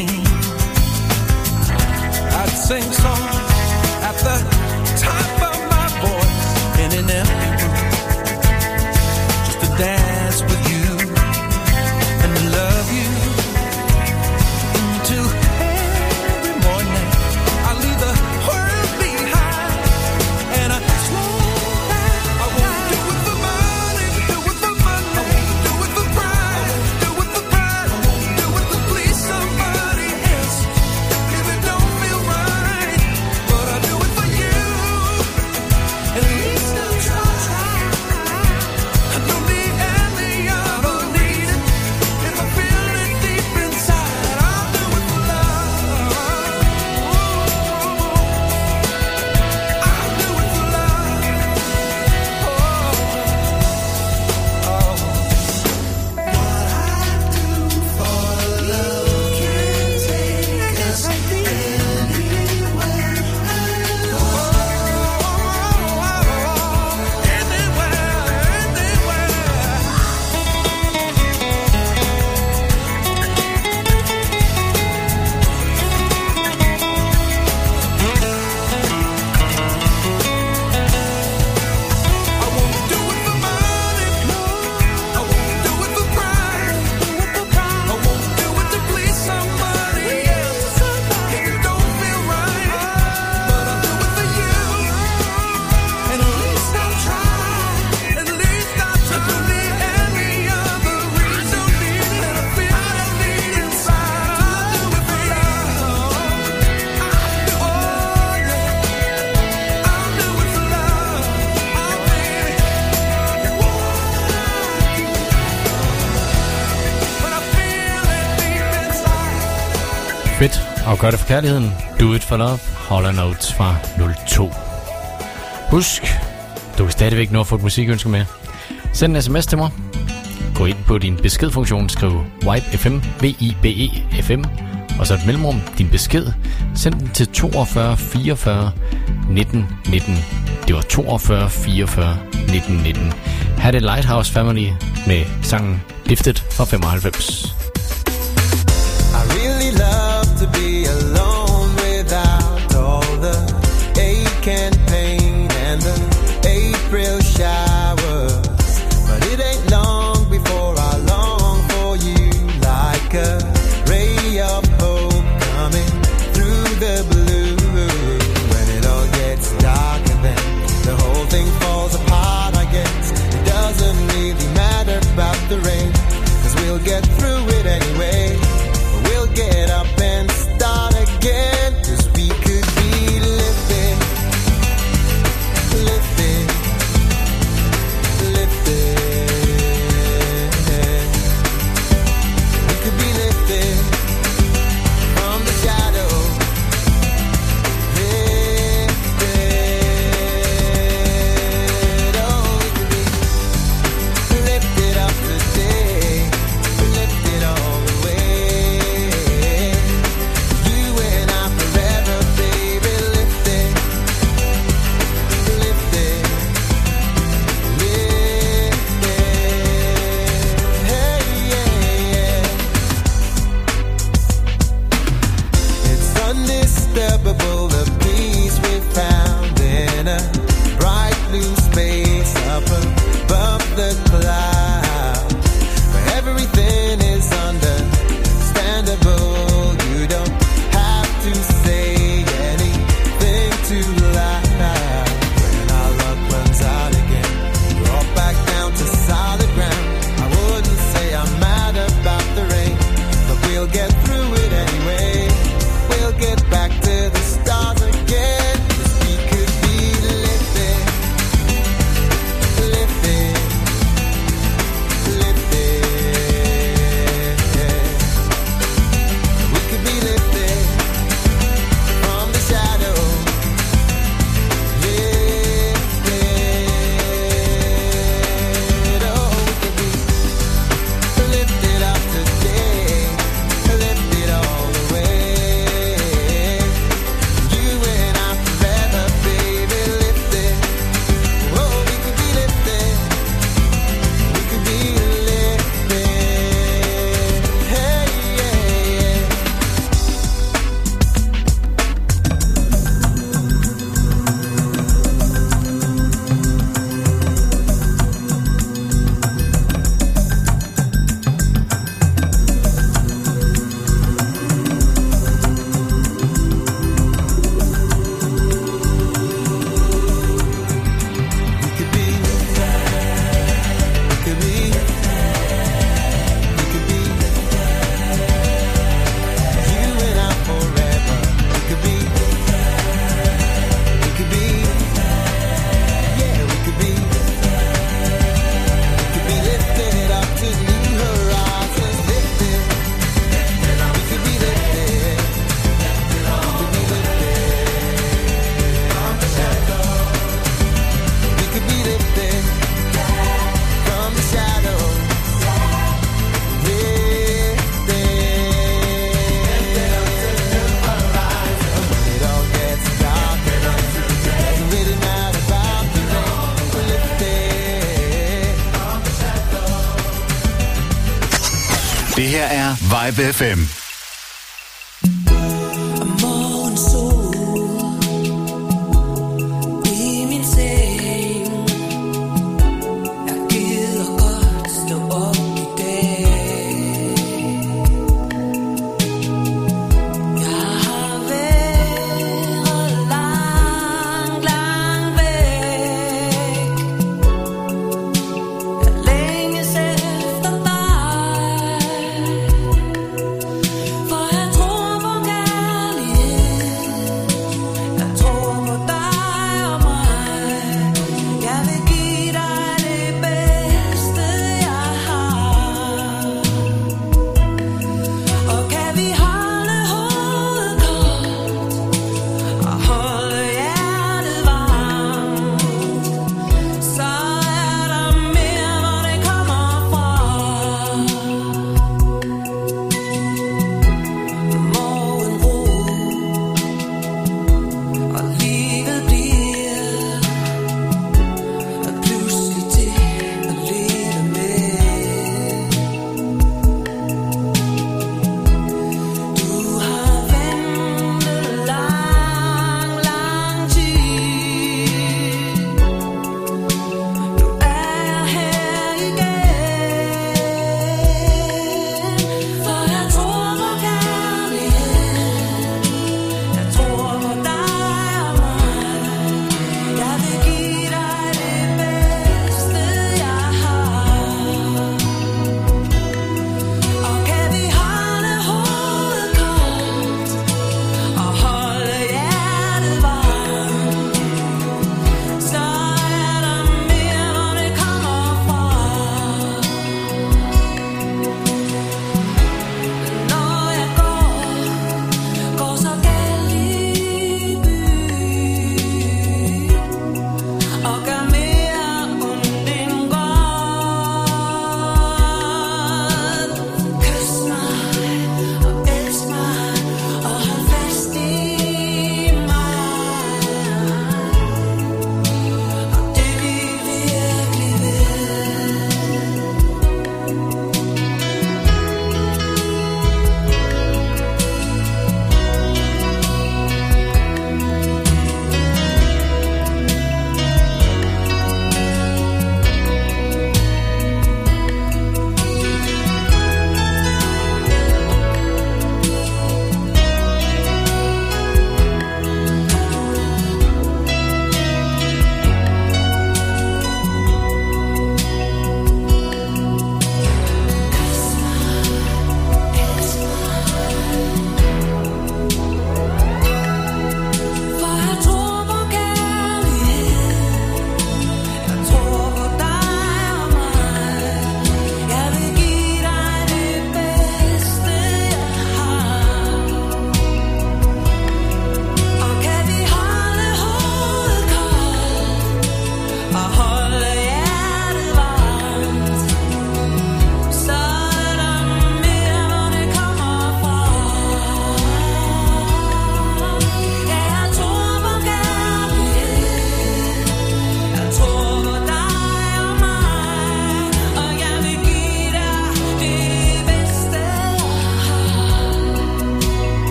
I'd sing songs at the top of my voice in an empty room just to dance with you and to love you. Into every morning I leave the world behind and I slow down. I won't do it for money, do it for money. I won't do it for pride, do it for pride. I won't do it to please somebody else if it don't feel right. But I'll do it for you, at least I'll try. I don't need any other reason. If I feel it deep inside, I'll do it for love. I'll do it for love. What I do for love can take us anywhere. I won't do it for money, I won't do it for pride, I won't do it to please somebody else if it don't feel right. But I'll do it for you, and at least I'll try. At least I'll try. I don't need any other reason, and I feel it deep inside. I'll do it for love. Oh yeah, I'll do it for love. Oh baby, when I feel it deep inside. Fedt. Og gør det for kærligheden. Do It For Love. Hall & Oates fra 02. Husk, du kan stadigvæk nå at få et musikønske med. Send en sms til mig. Gå ind på din beskedfunktion. Skriv Vibe FM, VIBE FM. Og så et mellemrum, din besked. Send den til 42 44 19 19. Det var 42 44 19 19. Her er det Lighthouse Family med sangen Lifted fra 95. I really love to be alone without all the ache and pain and the April showers. But it ain't long before I long for you like a rain we'll get through it anyway. We'll get up and start again, 'cause we could be lifted, lifted, lifted. We could be lifted from the shadow, lifted. Oh, we could be lifted up today, lifted all the way. You and I forever, baby, lifted, lifted, lifted. Hey, yeah, yeah. It's undisturbable, the peace we found in a bright blue space up above the clouds, where everything is understandable. You don't have to say anything too loud. When our luck runs out again, we're all back down to solid ground. I wouldn't say I'm mad about the rain, but we'll get through it anyway. We'll get back to the stars again, 'cause we could be lifted, lifted, lifted. We could be lifted from the shadow, lifted. Oh, we could be lifted up today, lifted all the way. You and I forever, baby, lifted. Oh, we could be lifted, we could be lifted. Hey, yeah, yeah. We could be, we could be, we could be, you and I forever. We could be, yeah, we could be lifted up to new horizons, lifted. We could be lifted, we could be lifted from the shadow. We could be lifted from the shadow, lifted, lifted up to new horizons. When it all gets dark, doesn't really matter about the rain. We're lifted from the shadow. Det her er Vibe FM. Morgensol i min seng. Jeg gider godt stå op i dag. Jeg har været langt, langt væk. Jeg længes efter dig.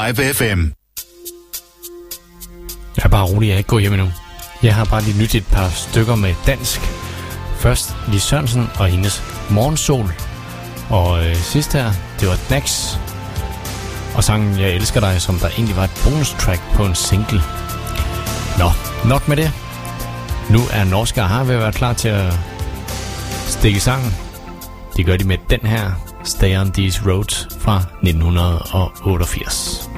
Vibe FM. Jeg er bare rolig, jeg er ikke gået hjem endnu. Jeg har bare lige lyttet et par stykker med dansk. Først Lis Sørensen og hendes Morgensol. Og sidst her, det var Nax. Og sangen Jeg elsker dig, som der egentlig var et bonustrack på en single. Nå, nok med det. Nu er norske Aha ved at være klar til at stikke sangen. Det gør de med den her Stay on These Roads fra 1988.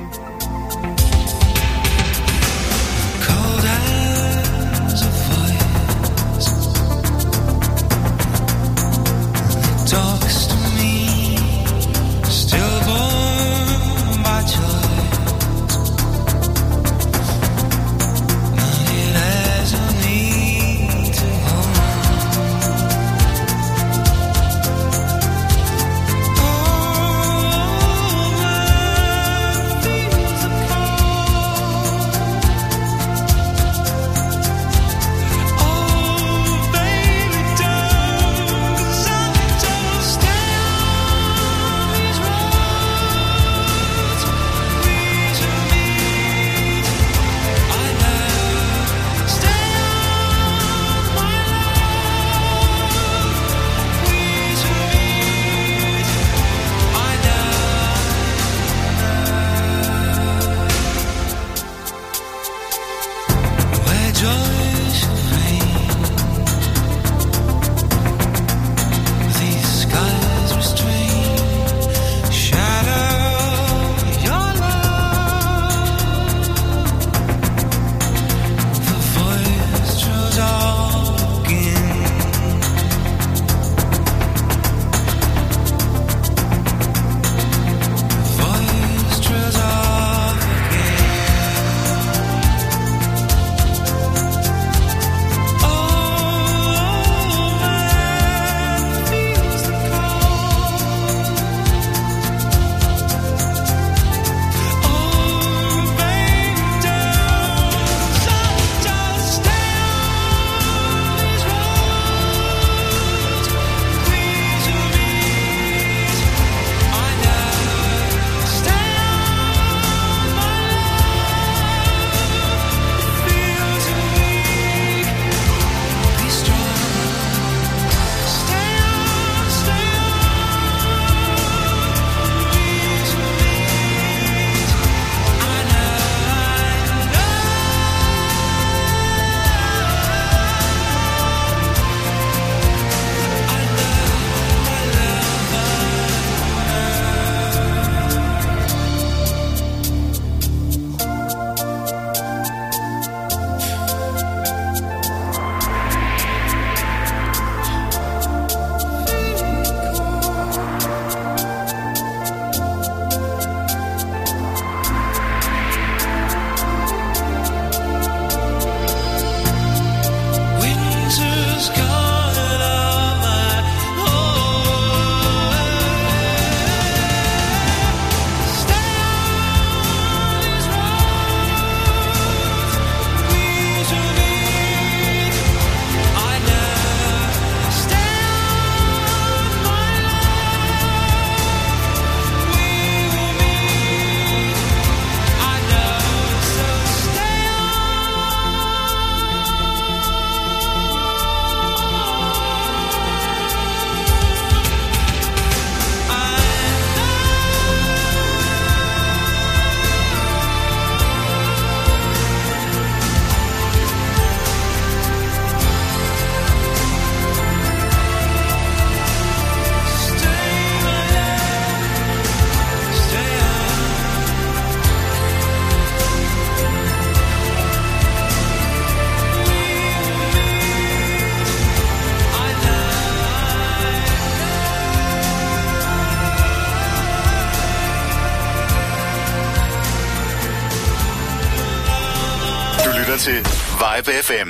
til Vibe FM.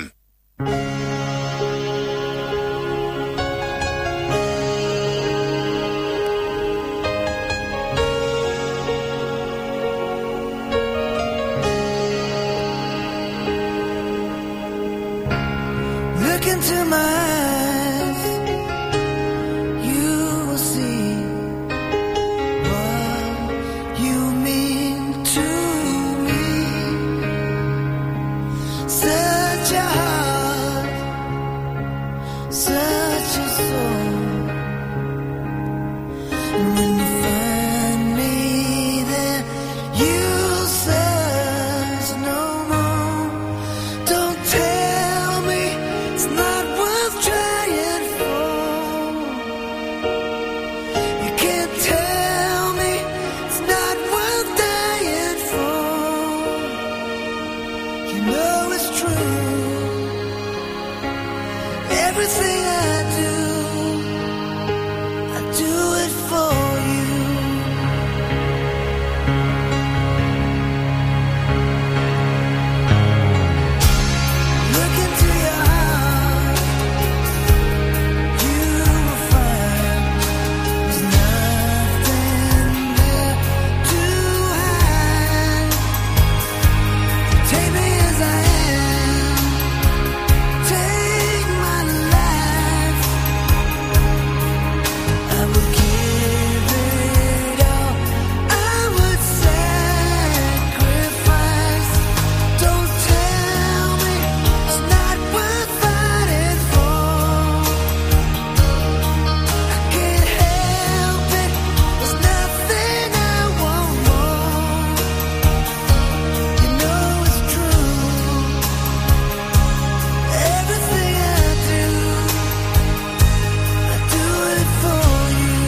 Look into my eyes, you will see what you mean to Everything I do it for you. Look into your heart, you will find there's nothing there to hide. Take me as I am, take my life. I would give it all, I would sacrifice. Don't tell me it's not worth fighting for. I can't help it, there's nothing I want more. You know it's true, everything I do it for you.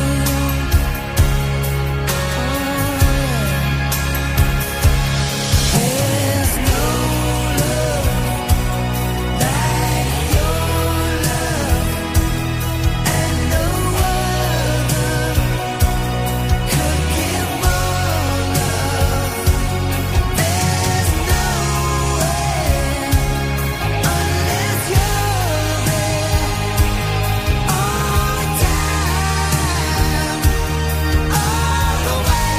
There's no love like your love, and no other could give more love. There's no way unless you're there all the time, all the way.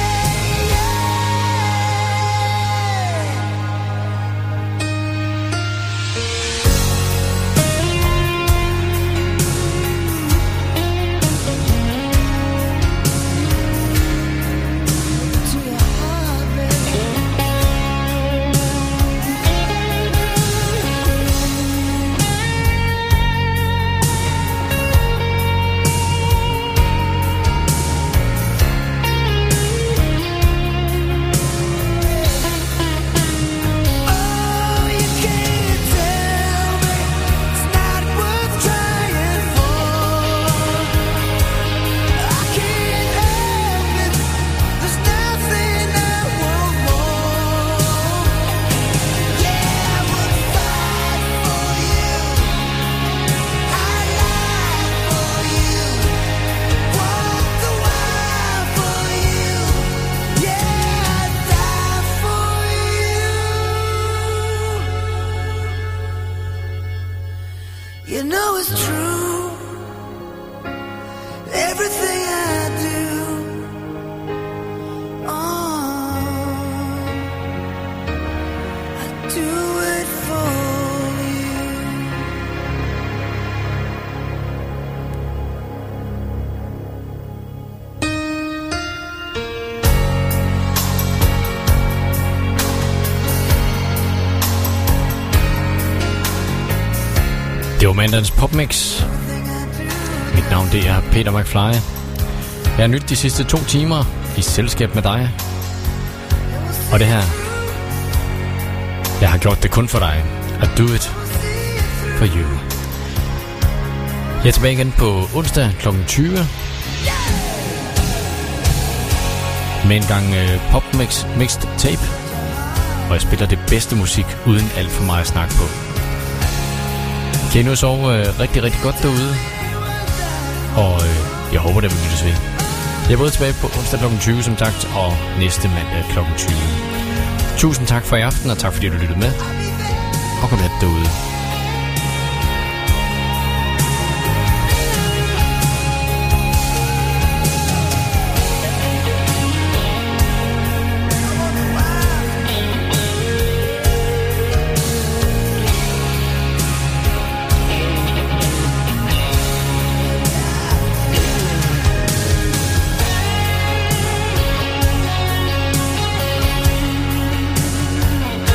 To your heart, baby. Oh, you can't tell me it's not worth trying for. I can't help it, there's nothing I want more. Yeah, I would fight for you, I'd lie for you, walk the wire for you. Yeah, I'd die for you. You know it's true, everything I do. I do it for you. Det var mandagens popmix. Mit navn det er Peter McFly. Jeg har nydt de sidste 2 timer i selskab med dig. Og det her, jeg har gjort det kun for dig. I do it for you. Jeg er tilbage igen på onsdag kl. 20. Med en gang popmix mixed tape. Og jeg spiller det bedste musik uden alt for meget at snakke på. Kan I nu sove rigtig, rigtig godt derude? Og jeg håber, det vil lyttes ved. Jeg er både tilbage på onsdag kl. 20, som sagt, og næste mandag kl. 20. Tusind tak for i aften, og tak fordi du lyttede med. Og kom let derude.